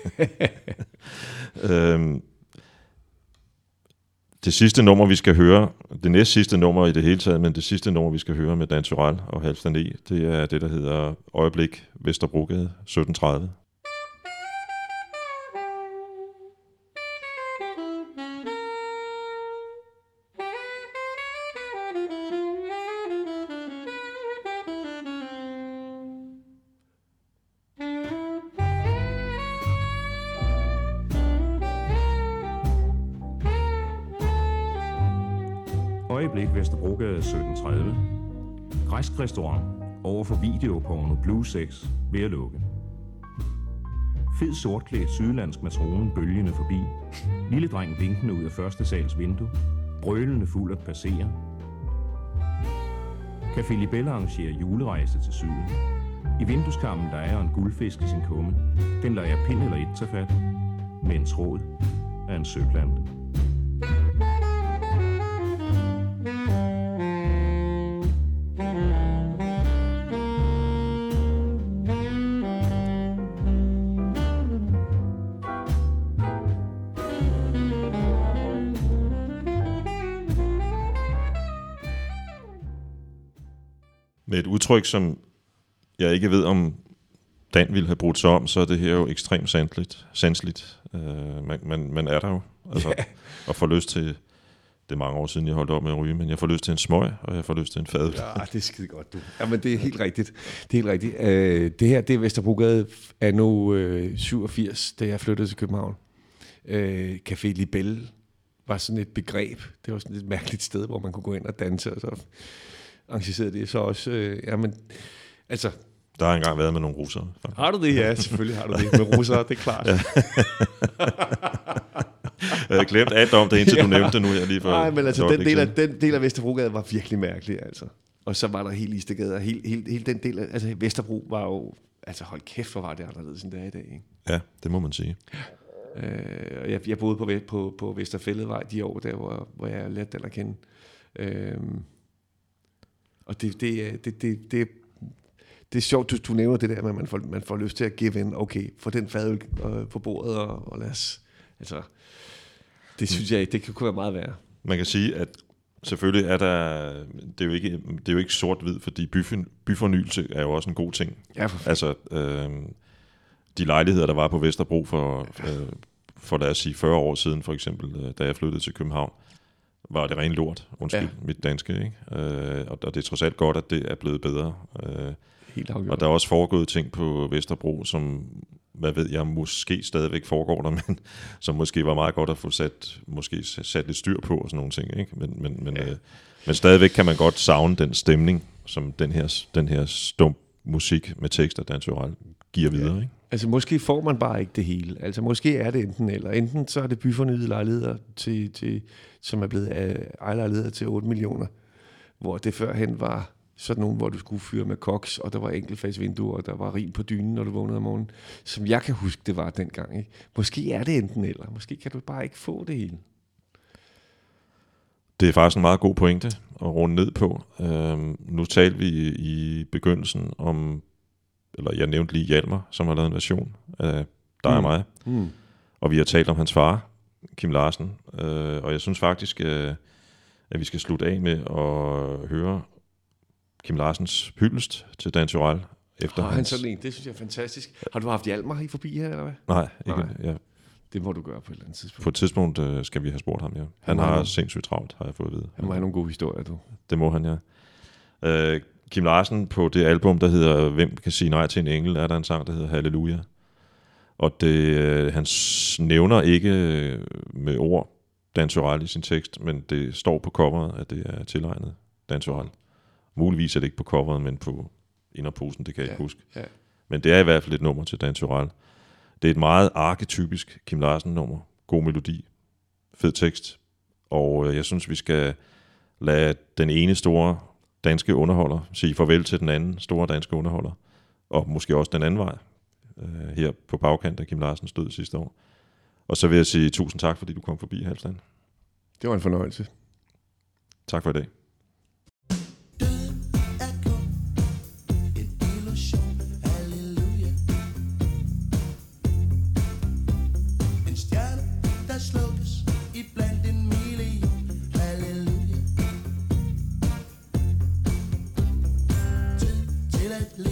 Speaker 1: Det sidste nummer, vi skal høre, det næst sidste nummer i det hele taget, men det sidste nummer, vi skal høre med Dan Turèll og Halfdan E, det er det, der hedder Øjeblik Vesterbrogade 1730.
Speaker 4: Øjeblik Vesterbrogade 1730. Græsk restaurant over for videoporno Blue Sex ved at lukke. Fed sortklædt sydlandsk matrone bølgende forbi. Lille dreng vinkende ud af første sals vindue. Brølende fuld at passere. Café Libelle arrangerer julerejse til syden. I vindueskarmen leger en guldfisk i sin kumme. Den leger pind eller et tager fat med en tråd af en søplante.
Speaker 1: Med et udtryk, som jeg ikke ved, om Dan ville have brudt sig om, så er det her jo ekstremt sanseligt. Man er der jo. Altså, yeah. Og får lyst til, det er mange år siden, jeg holdt op med at ryge, men jeg får lyst til en smøg, og jeg får lyst til en fadøl.
Speaker 2: Ja, det er skide godt, du. Jamen, det er helt rigtigt. Det er helt rigtigt. Det her, det er Vesterbrogade anno 87, da jeg flyttede til København. Café Libelle var sådan et begreb. Det var sådan et mærkeligt sted, hvor man kunne gå ind og danse, og så arrangerede det så også. Jamen, altså...
Speaker 1: Der har engang været med nogle russere.
Speaker 2: Har du det? Ja, selvfølgelig har du det. Med russere, det er klart. Ja.
Speaker 1: Jeg havde glemt alt om det, indtil du nævnte det nu. Jeg lige for
Speaker 2: nej, men altså, den del af Vesterbrogade var virkelig mærkelig, altså. Og så var der helt Istegade, og hele den del af... Altså, Vesterbro var jo... Altså, hold kæft, hvor var det anderledes, end det er i dag, ikke?
Speaker 1: Ja, det må man sige.
Speaker 2: Jeg boede på Vesterfælledvej de år, der hvor jeg lærte den at kende. Og det er sjovt, du nævner det der med, at man får lyst til at give in. Okay, få den fadøl på bordet, og lad os... Altså, det synes jeg, det kan være meget værre.
Speaker 1: Man kan sige, at selvfølgelig er der... Det er jo ikke sort-hvid, fordi byfornyelse er jo også en god ting.
Speaker 2: Ja,
Speaker 1: altså, de lejligheder, der var på Vesterbro for lad os sige 40 år siden, for eksempel, da jeg flyttede til København, var det ren lort, undskyld, mit danske, ikke? Og det er trods alt godt, at det er blevet bedre.
Speaker 2: Helt afgjort.
Speaker 1: Og der er også foregået ting på Vesterbro, som, hvad ved jeg, måske stadigvæk foregår der, men som måske var meget godt at få sat lidt styr på og sådan nogle ting, ikke? Men stadigvæk kan man godt savne den stemning, som den her stump musik med tekster, Dan Tyrell giver videre. Ikke?
Speaker 2: Altså måske får man bare ikke det hele. Altså måske er det enten eller. Enten så er det byfornyede lejligheder, som er blevet ejerlejligheder til 8 millioner, hvor det førhen var sådan nogle, hvor du skulle fyre med koks, og der var enkeltfagsvinduer, og der var rim på dynen, når du vågnede om morgenen. Som jeg kan huske, det var dengang. Ikke? Måske er det enten eller. Måske kan du bare ikke få det hele.
Speaker 1: Det er faktisk en meget god pointe at runde ned på. Nu talte vi i begyndelsen om, eller jeg nævnte lige Hjalmar, som har lavet en version af Dig og mig. Og vi har talt om hans far, Kim Larsen. Og jeg synes faktisk, at vi skal slutte af med at høre Kim Larsens hyldest til Dan Tyrell.
Speaker 2: Efter han sådan en, det synes jeg er fantastisk. Har du haft Hjalmar i forbi her, eller hvad?
Speaker 1: Nej, ikke. Ja.
Speaker 2: Det må du gøre på et eller andet tidspunkt.
Speaker 1: På et tidspunkt skal vi have spurgt ham, ja. Han har sindssygt travlt, har jeg fået at vide.
Speaker 2: Han må have nogle gode historier, du. Det
Speaker 1: må han, ja. Kim Larsen på det album, der hedder Hvem kan sige nej til en engel, er der en sang, der hedder Halleluja. Og han nævner ikke med ord Dan Tyrell i sin tekst, men det står på coveret, at det er tilegnet Dan Tyrell. Muligvis er det ikke på coveret, men på inderposen, det kan jeg ikke huske. Ja. Men det er i hvert fald et nummer til Dan Tyrell. Det er et meget arketypisk Kim Larsen-nummer. God melodi, fed tekst. Og jeg synes, vi skal lade den ene store danske underholder sige farvel til den anden store danske underholder. Og måske også den anden vej. Her på bagkant af Kim Larsens død sidste år. Og så vil jeg sige tusind tak, fordi du kom forbi, Halfdan.
Speaker 2: Det var en fornøjelse.
Speaker 1: Tak for i dag.
Speaker 6: Til at